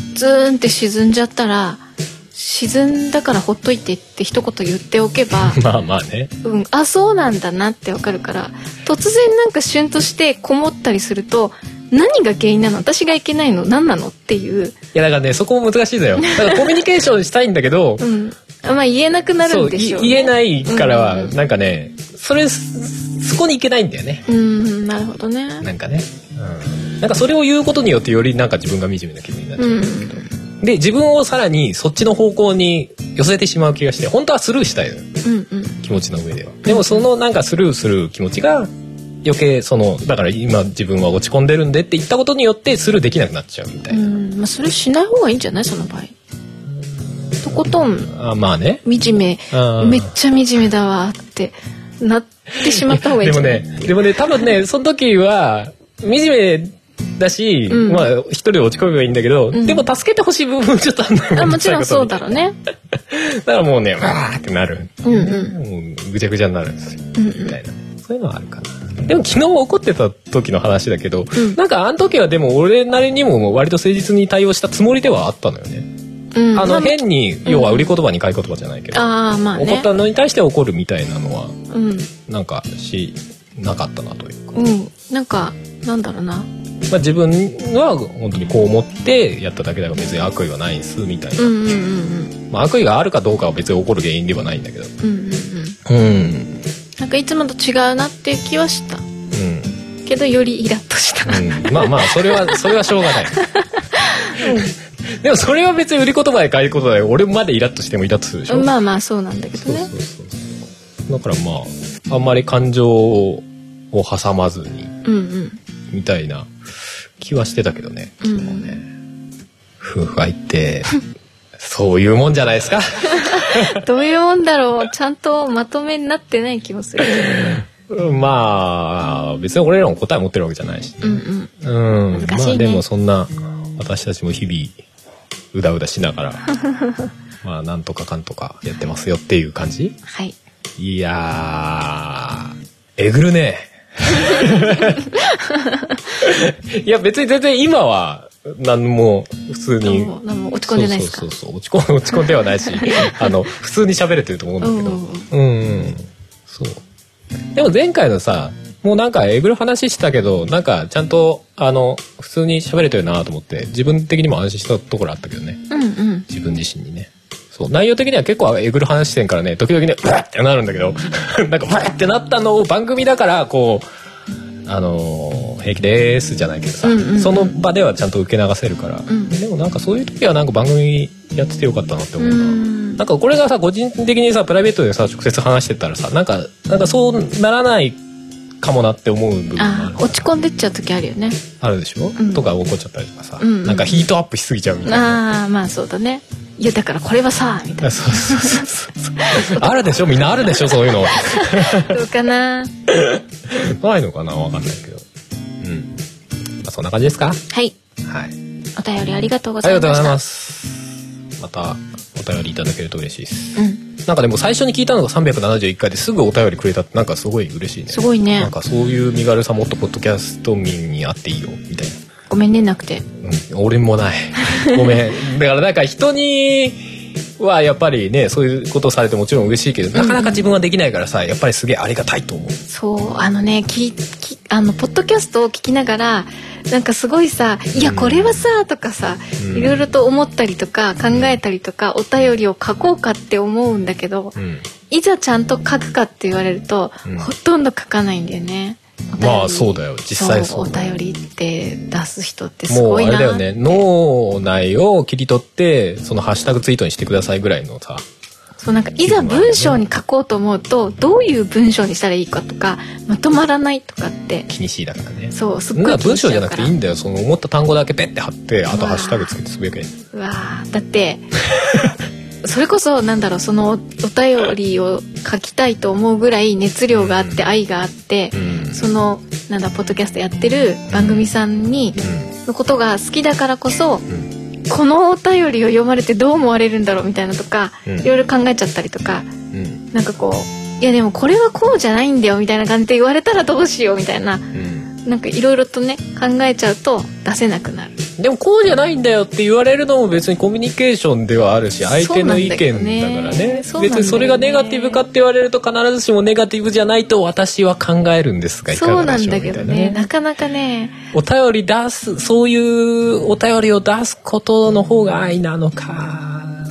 ズーンって沈んじゃったら沈んだからほっといてって一言言っておけばまあまあね、 うん、あそうなんだなってわかるから突然なんかシュンとしてこもったりすると何が原因なの私がいけないの何なのっていう。いやだからねそこも難しいんだよ。だからコミュニケーションしたいんだけど、 うんまあ、言えなくなるんでしょうね。 言えないからは、うん、なんかねそれそこに行けないんだよね。 うんなるほどね。 なんかね、うんなんかそれを言うことによってよりなんか自分が惨めな気分になっちゃうんですけど、うん、で自分をさらにそっちの方向に寄せてしまう気がして、本当はスルーしたいの、うんうん、気持ちの上では。でもそのなんかスルーする気持ちが余計そのだから今自分は落ち込んでるんでって言ったことによってスルーできなくなっちゃうみたいな。うん、 まあ、それしない方がいいんじゃないその場合。とことんあまあね惨めめっちゃ惨めだわってなってしまった方がいいんじゃない。 でもねでもね多分ねその時は惨めだし、うん、まあ一人で落ち込めばいいんだけど、うん、でも助けてほしい部分ちょっとあんのよ。 あもちろんそうだろうね。 だからもうねわーってなる、うんうん、もうぐちゃぐちゃになるんですよ、うんうん、みたいなそういうのはあるかな。でも昨日怒ってた時の話だけど、うん、なんかあの時はでも俺なりにも割と誠実に対応したつもりではあったのよね。うん、あの変に、うん、要は売り言葉に買い言葉じゃないけど、あまあね、怒ったのに対して怒るみたいなのは、うん、なんかしなかったなというか、 うん、なんかなんだろうな、 まあ、自分は本当にこう思ってやっただけだから別に悪意はないんすみたいな、うんうんうんうんまあ、悪意があるかどうかは別に怒る原因ではないんだけど、うんうんうんうん、なんかいつもと違うなっていう気はした、うん、けどよりイラッとした、 うん、まあまあそれはそれはしょうがない、うん、でもそれは別に売り言葉で買い言葉で俺までイラッとしてもイラッとするでしょ。 まあまあそうなんだけどね。そうそうそうそう、だからまああんまり感情を挟まずに、うんうん、みたいな気はしてたけどね。うん、もうね夫婦愛ってそういうもんじゃないですか。 どういうもんだろう。ちゃんとまとめになってない気もする。 まあ別に俺らも答え持ってるわけじゃないし、ね、うんうん、うん、難しいね。まあでもそんな私たちも日々うだうだしながらまあなんとかかんとかやってますよっていう感じ。はい。いやーえぐるね。いや別に全然今は何も普通に何も落ち込んでないですか。 そうそうそう落ち込ん落ち込んではないしあの普通に喋れてると思うんだけど、うん、うん、そうでも前回のさもうなんかえぐる話したけどなんかちゃんとあの普通に喋れてるなと思って自分的にも安心したところあったけどね、うんうん、自分自身にね。そう内容的には結構えぐる話してんからね時々ねうわってなるんだけどなんかうわってなったのを番組だからこうあのー、平気ですじゃないけどさ、うんうんうん、その場ではちゃんと受け流せるから、うん、でもなんかそういう時はなんか番組やっててよかったなって思うな、うん、なんかこれがさ個人的にさプライベートでさ直接話してたらさなんかなんかそうならないかもなって思う部分がある。 あ落ち込んでっちゃう時あるよね。 あるでしょ、うん、とか怒っちゃったりとかさ、うんうん、なんかヒートアップしすぎちゃうみたいな。 あまあそうだね。いやだからこれはさみたいな。そうそうそうそうあるでしょみんなあるでしょそういうの。 どうかな。 ないのかなわかんないけど。うん。まあそんな感じですか。 はい。はい。お便りありがとうございました。 ありがとうございます。またお便りいただけると嬉しいです。うん。なんかでも最初に聞いたのがさんびゃくななじゅういっかいですぐお便りくれたってなんかすごい嬉しいね。 すごいね。 なんかそういう身軽さもっとポッドキャスト民にあっていいよみたいな。 ごめんねなくて、 うん、俺もないごめんだからなんか人にはやっぱりねそういうことをされてもちろん嬉しいけどなかなか自分はできないからさやっぱりすげえありがたいと思う。 そうあのねききあのポッドキャストを聞きながらなんかすごいさいやこれはさとかさ、うん、いろいろと思ったりとか考えたりとか、うん、お便りを書こうかって思うんだけど、うん、いざちゃんと書くかって言われると、うん、ほとんど書かないんだよね。 まあそうだよ実際そうだよ。お便りって出す人ってすごいな。 もうあれだよね脳内を切り取ってそのハッシュタグツイートにしてくださいぐらいのさ。 そうなんかいざ文章に書こうと思うとどういう文章にしたらいいかとかまとまらないとかって気にしいだからね。 そうすっごい文章じゃなくていいんだよ。その思った単語だけペッて貼ってあとハッシュタグつけてつぶやけ。 うわだってそれこそなんだろうそのお便りを書きたいと思うぐらい熱量があって、うん、愛があって、うん、そのなんだポッドキャストやってる番組さんに、うん、のことが好きだからこそ、うん、このお便りを読まれてどう思われるんだろうみたいなとか、うん、いろいろ考えちゃったりとか、うん、なんかこういやでもこれはこうじゃないんだよみたいな感じで言われたらどうしようみたいな、うん、なんかいろいろとね考えちゃうと出せなくなる。 でもこうじゃないんだよって言われるのも別にコミュニケーションではあるし相手の意見だからね。別にそれがネガティブかって言われると必ずしもネガティブじゃないと私は考えるんですがいかがでしょうみたいなね。そうなんだけどねなかなかねお便り出すそういうお便りを出すことの方が愛なのか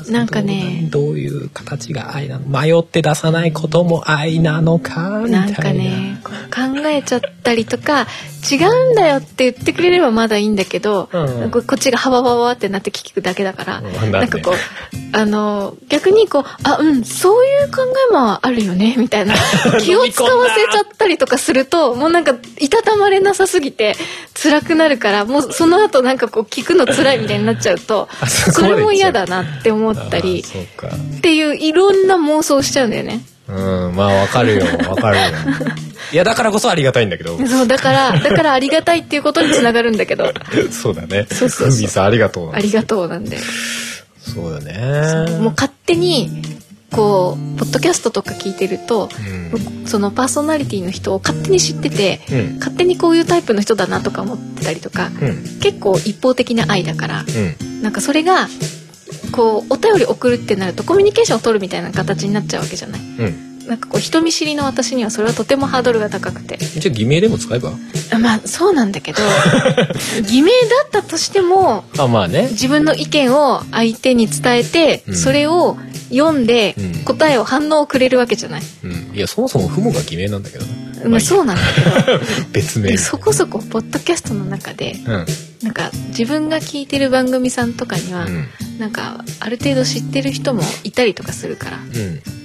なんかねどういう形が愛なの、迷って出さないことも愛なのかみたいな、 なんかね考えちゃったりとか違うんだよって言ってくれればまだいいんだけど、うんうん、こっちがハワハワってなって聞くだけだから、うん、なんかこうあの逆にこうあうんそういう考えもあるよねみたいな気を使わせちゃったりとかするともうなんかいたたまれなさすぎて辛くなるから、もうその後なんかこう聞くの辛いみたいになっちゃうとそれも嫌だなって思ったりっていういろんな妄想しちゃうんだよね。 うん、まあわかるよわかるよいやだからこそありがたいんだけど、 そうだからだからありがたいっていうことにつながるんだけどそうだね、 そうそうそう、 ふみさんありがとうありがとうなんで、 そうだね、 もう勝手にこうポッドキャストとか聞いてると、うん、そのパーソナリティの人を勝手に知ってて、うん、勝手にこういうタイプの人だなとか思ってたりとか、うん、結構一方的な愛だから、うん、なんかそれがこうお便り送るってなるとコミュニケーションを取るみたいな形になっちゃうわけじゃない、うん、なんかこう人見知りの私にはそれはとてもハードルが高くて、 じゃあ偽名でも使えば、 まあそうなんだけど偽名だったとしてもあ、まあね、 自分の意見を相手に伝えて、うん、それを読んで答えを反応をくれるわけじゃない、 うん、いやそもそもフモが偽名なんだけどね、 まあ、そうなんだけど別名そこそこポッドキャストの中で、うん、なんか自分が聞いてる番組さんとかには、うん、なんかある程度知ってる人もいたりとかするから、うん、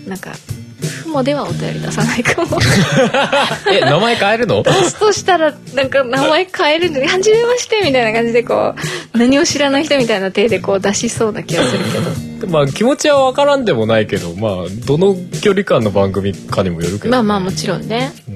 なんかフモではお便り出さないかもえ、名前変えるの？ 出すとしたらなんか名前変えるんじゃはじめましてみたいな感じでこう何を知らない人みたいな体でこう出しそうな気がするけどまあ気持ちは分からんでもないけど、まあどの距離感の番組かにもよるけど、ね、 まあまあもちろんね、うん、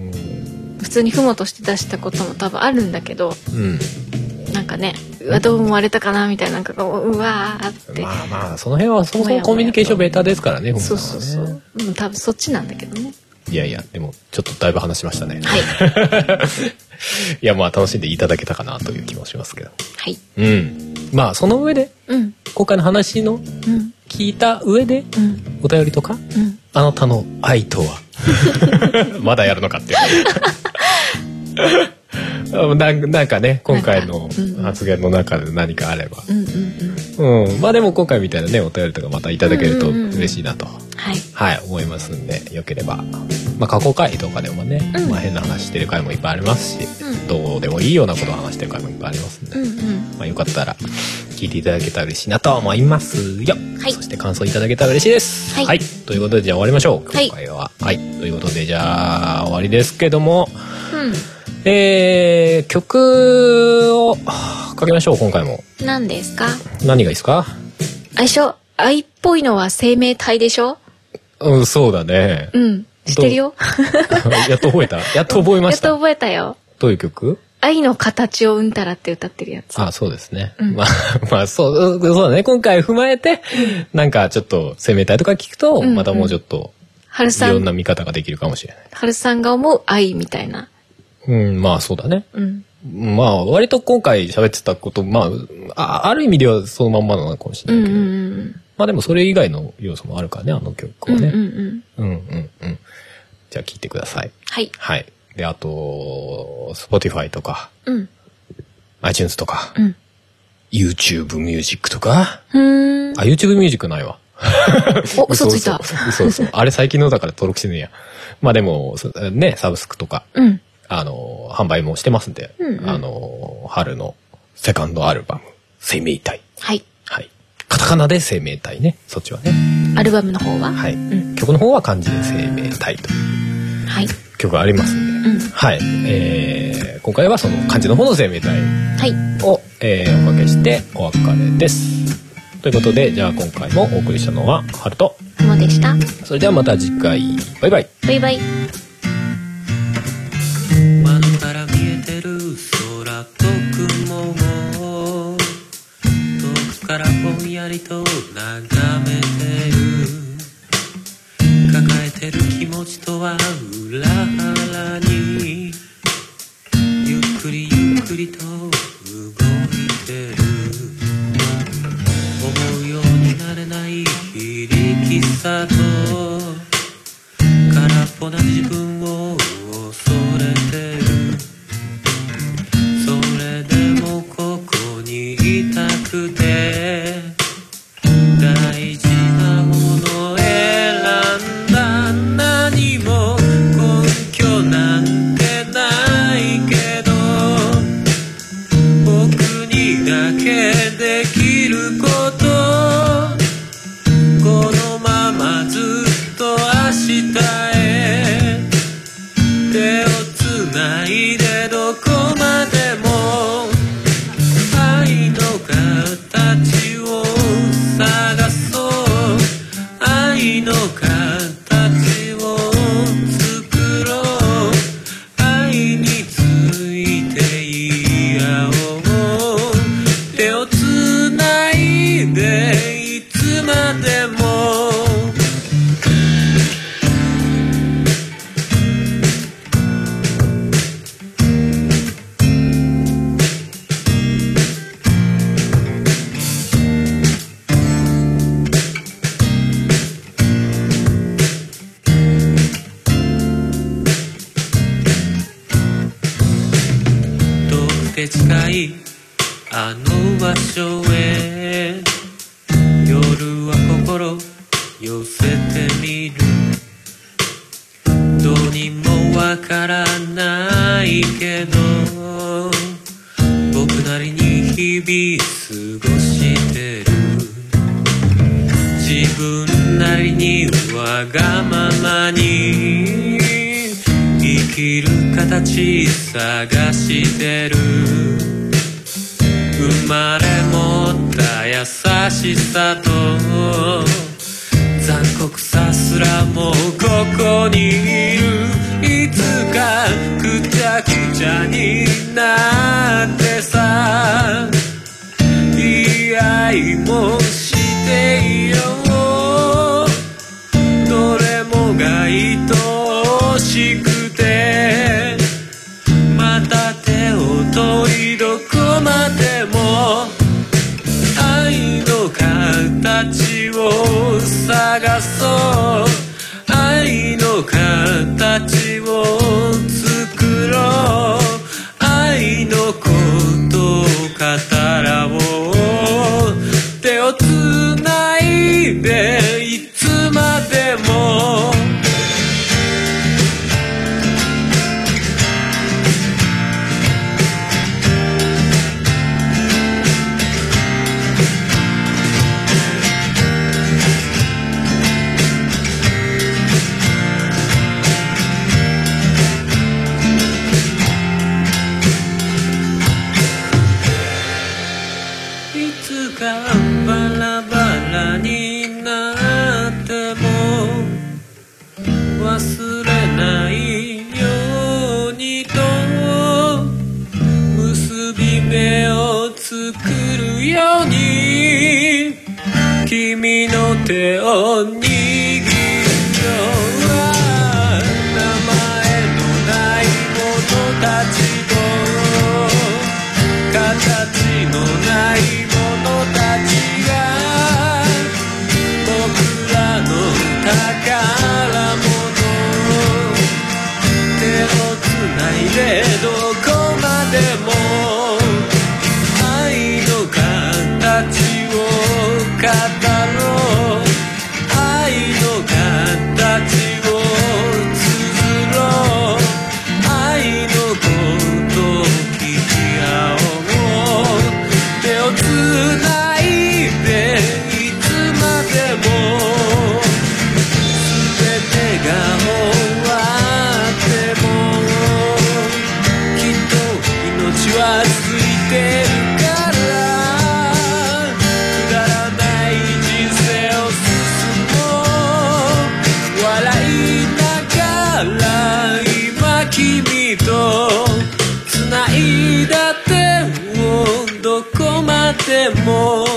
普通にフモとして出したことも多分あるんだけど、うん、なんかねうわどう思われたかなみたいな、なんかこううわーって、 まあまあその辺はそもそもコミュニケーションベータですからね、 そうそうそう、うん、多分そっちなんだけどね。 いやいやでもちょっとだいぶ話しましたね、 はいいやまあ楽しんでいただけたかなという気もしますけど、 はい、 うん、まあその上で、うん、今回の話の聞いた上で、うん、お便りとか、うん、あなたの愛とはまだやるのかっていうな, なんかね今回の発言の中で何かあれば、うんうんうんうん、まあでも今回みたいなねお便りとかまたいただけると嬉しいなと、うんうんうん、はい、はい、思いますんで、よければ、まあ、過去回とかでもね、うん、まあ、変な話してる回もいっぱいありますし、うん、どうでもいいようなことを話してる回もいっぱいありますんで、うんうん、まあ、よかったら聞いていただけたら嬉しいなと思いますよ、はい、そして感想いただけたら嬉しいです、はい、はい、ということでじゃあ終わりましょう今回は、はい、はい、ということでじゃあ終わりですけども、うん、えー、曲をかけましょう。今回も何ですか？ 何がいいですか？ 相性愛っぽいのは生命体でしょ？ うん、そうだね。 うん、知ってるよ。 やっと覚えた。やっと覚えました。 やっと覚えたよ。 どういう曲？ 愛の形をうんたらって歌ってるやつ。 あ、そうですね。うん、まあまあそうそうだね。今回踏まえて、うん、なんかちょっと生命体とか聞くと、うんうん、またもうちょっといろんな見方ができるかもしれない。 春さんが思う愛みたいな。 うん、まあそうだね。うん。まあ割と今回喋ってたこと、まあ あ, ある意味ではそのまんまなのかもしれないけど、うんうんうん、まあでもそれ以外の要素もあるからね、あの曲はね。うんうんうん。うんうんうん。じゃあ聴いてください。 はい。 はい。で、あと Spotify とか、うん、iTunes とか、うん、YouTube ミュージックとか、うーん、あ YouTube ミュージックないわ。 お、嘘ついた。 そうそう。あれ最近のだから登録してねえや。まあでもね、サブスクとか。うん、あの販売もしてますんで、うんうん、あの春のセカンドアルバム生命体、はいはい、カタカナで生命体ね、そっちはね。 アルバムの方は、 はい、うん、曲の方は漢字で生命体という、はい、曲がありますんで、うん、はい、えー、今回はその漢字の方の生命体を、はい、えー、おかけしてお別れです。ということで、じゃあ今回もお送りしたのは春ともでした。 それではまた次回、バイバイバイバイ。 窓から見えてる空と雲を遠くからぼんやりと眺めてる、抱えてる気持ちとは裏腹にゆっくりゆっくりと動いてる、思うようになれない非力さと空っぽな自分を恐れてる、それでもここにいたくて大事ないでどこまでも愛の形を探そう愛の形を作ろう愛について言い合おう手をつないでいつまでも近いあの場所へ夜は心寄せてみるどうにもわからないけど僕なりに日々過ごしてる自分なりにわがままに生きる形探してる生まれ持った優しさと残酷さすらもここにいるいつかくちゃくちゃになってさ言い合いもしていようどれもが愛おしくまた手を取りどこまでも愛の形を探そう愛の形を作ろう愛のことを語らおう手をつないでいつまでも忘れないようにと結び目を作るように君の手を握るよ名前のない者たちと形のない者たちが僕らの宝物手をつないでどこまでも愛の形を語ろう愛の形を綴ろう愛のことを聞き合おう手をつないでいつまでも全てが終わってもきっと命はついてるからくだらない人生を進もう笑いながら今君と繋いだ手をどこまでも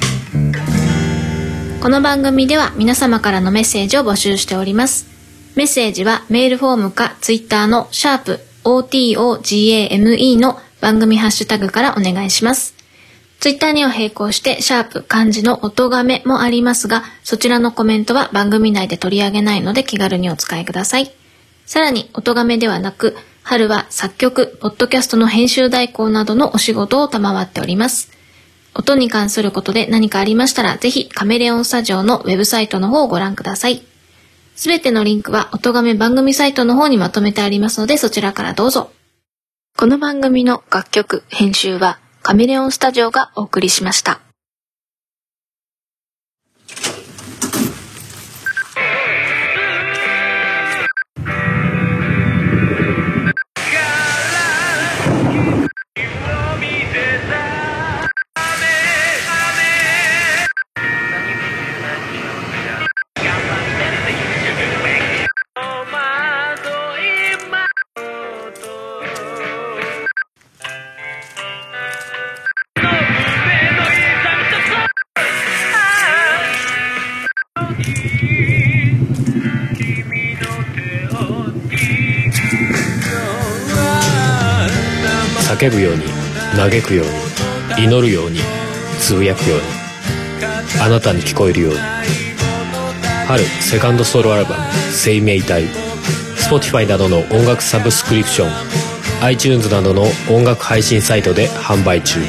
この番組では皆様からのメッセージを募集しております。メッセージはメールフォームかツイッターのシャープ オーティーオージーエーエムイー の番組ハッシュタグからお願いします。ツイッターには並行してシャープ漢字の音がめもありますが、そちらのコメントは番組内で取り上げないので気軽にお使いください。さらに音がめではなく、春は作曲、ポッドキャストの編集代行などのお仕事を賜っております。音に関することで何かありましたら、ぜひカメレオンスタジオのウェブサイトの方をご覧ください。すべてのリンクは音がめ番組サイトの方にまとめてありますので、そちらからどうぞ。この番組の楽曲、編集はカメレオンスタジオがお送りしました。 叫ぶように嘆くように祈るようにつぶやくようにあなたに聞こえるように。春セカンドソロアルバム生命体 Spotify などの音楽サブスクリプション iTunes などの音楽配信サイトで販売中。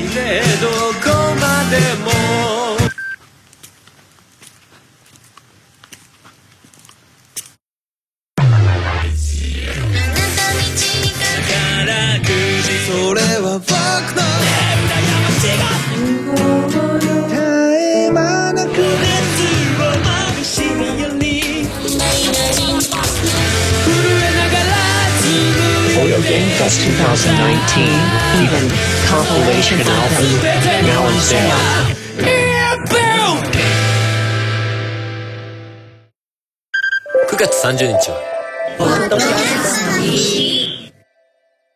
それは僕の Game Fest twenty nineteen Even compilation album now on sale. くがつさんじゅうにちは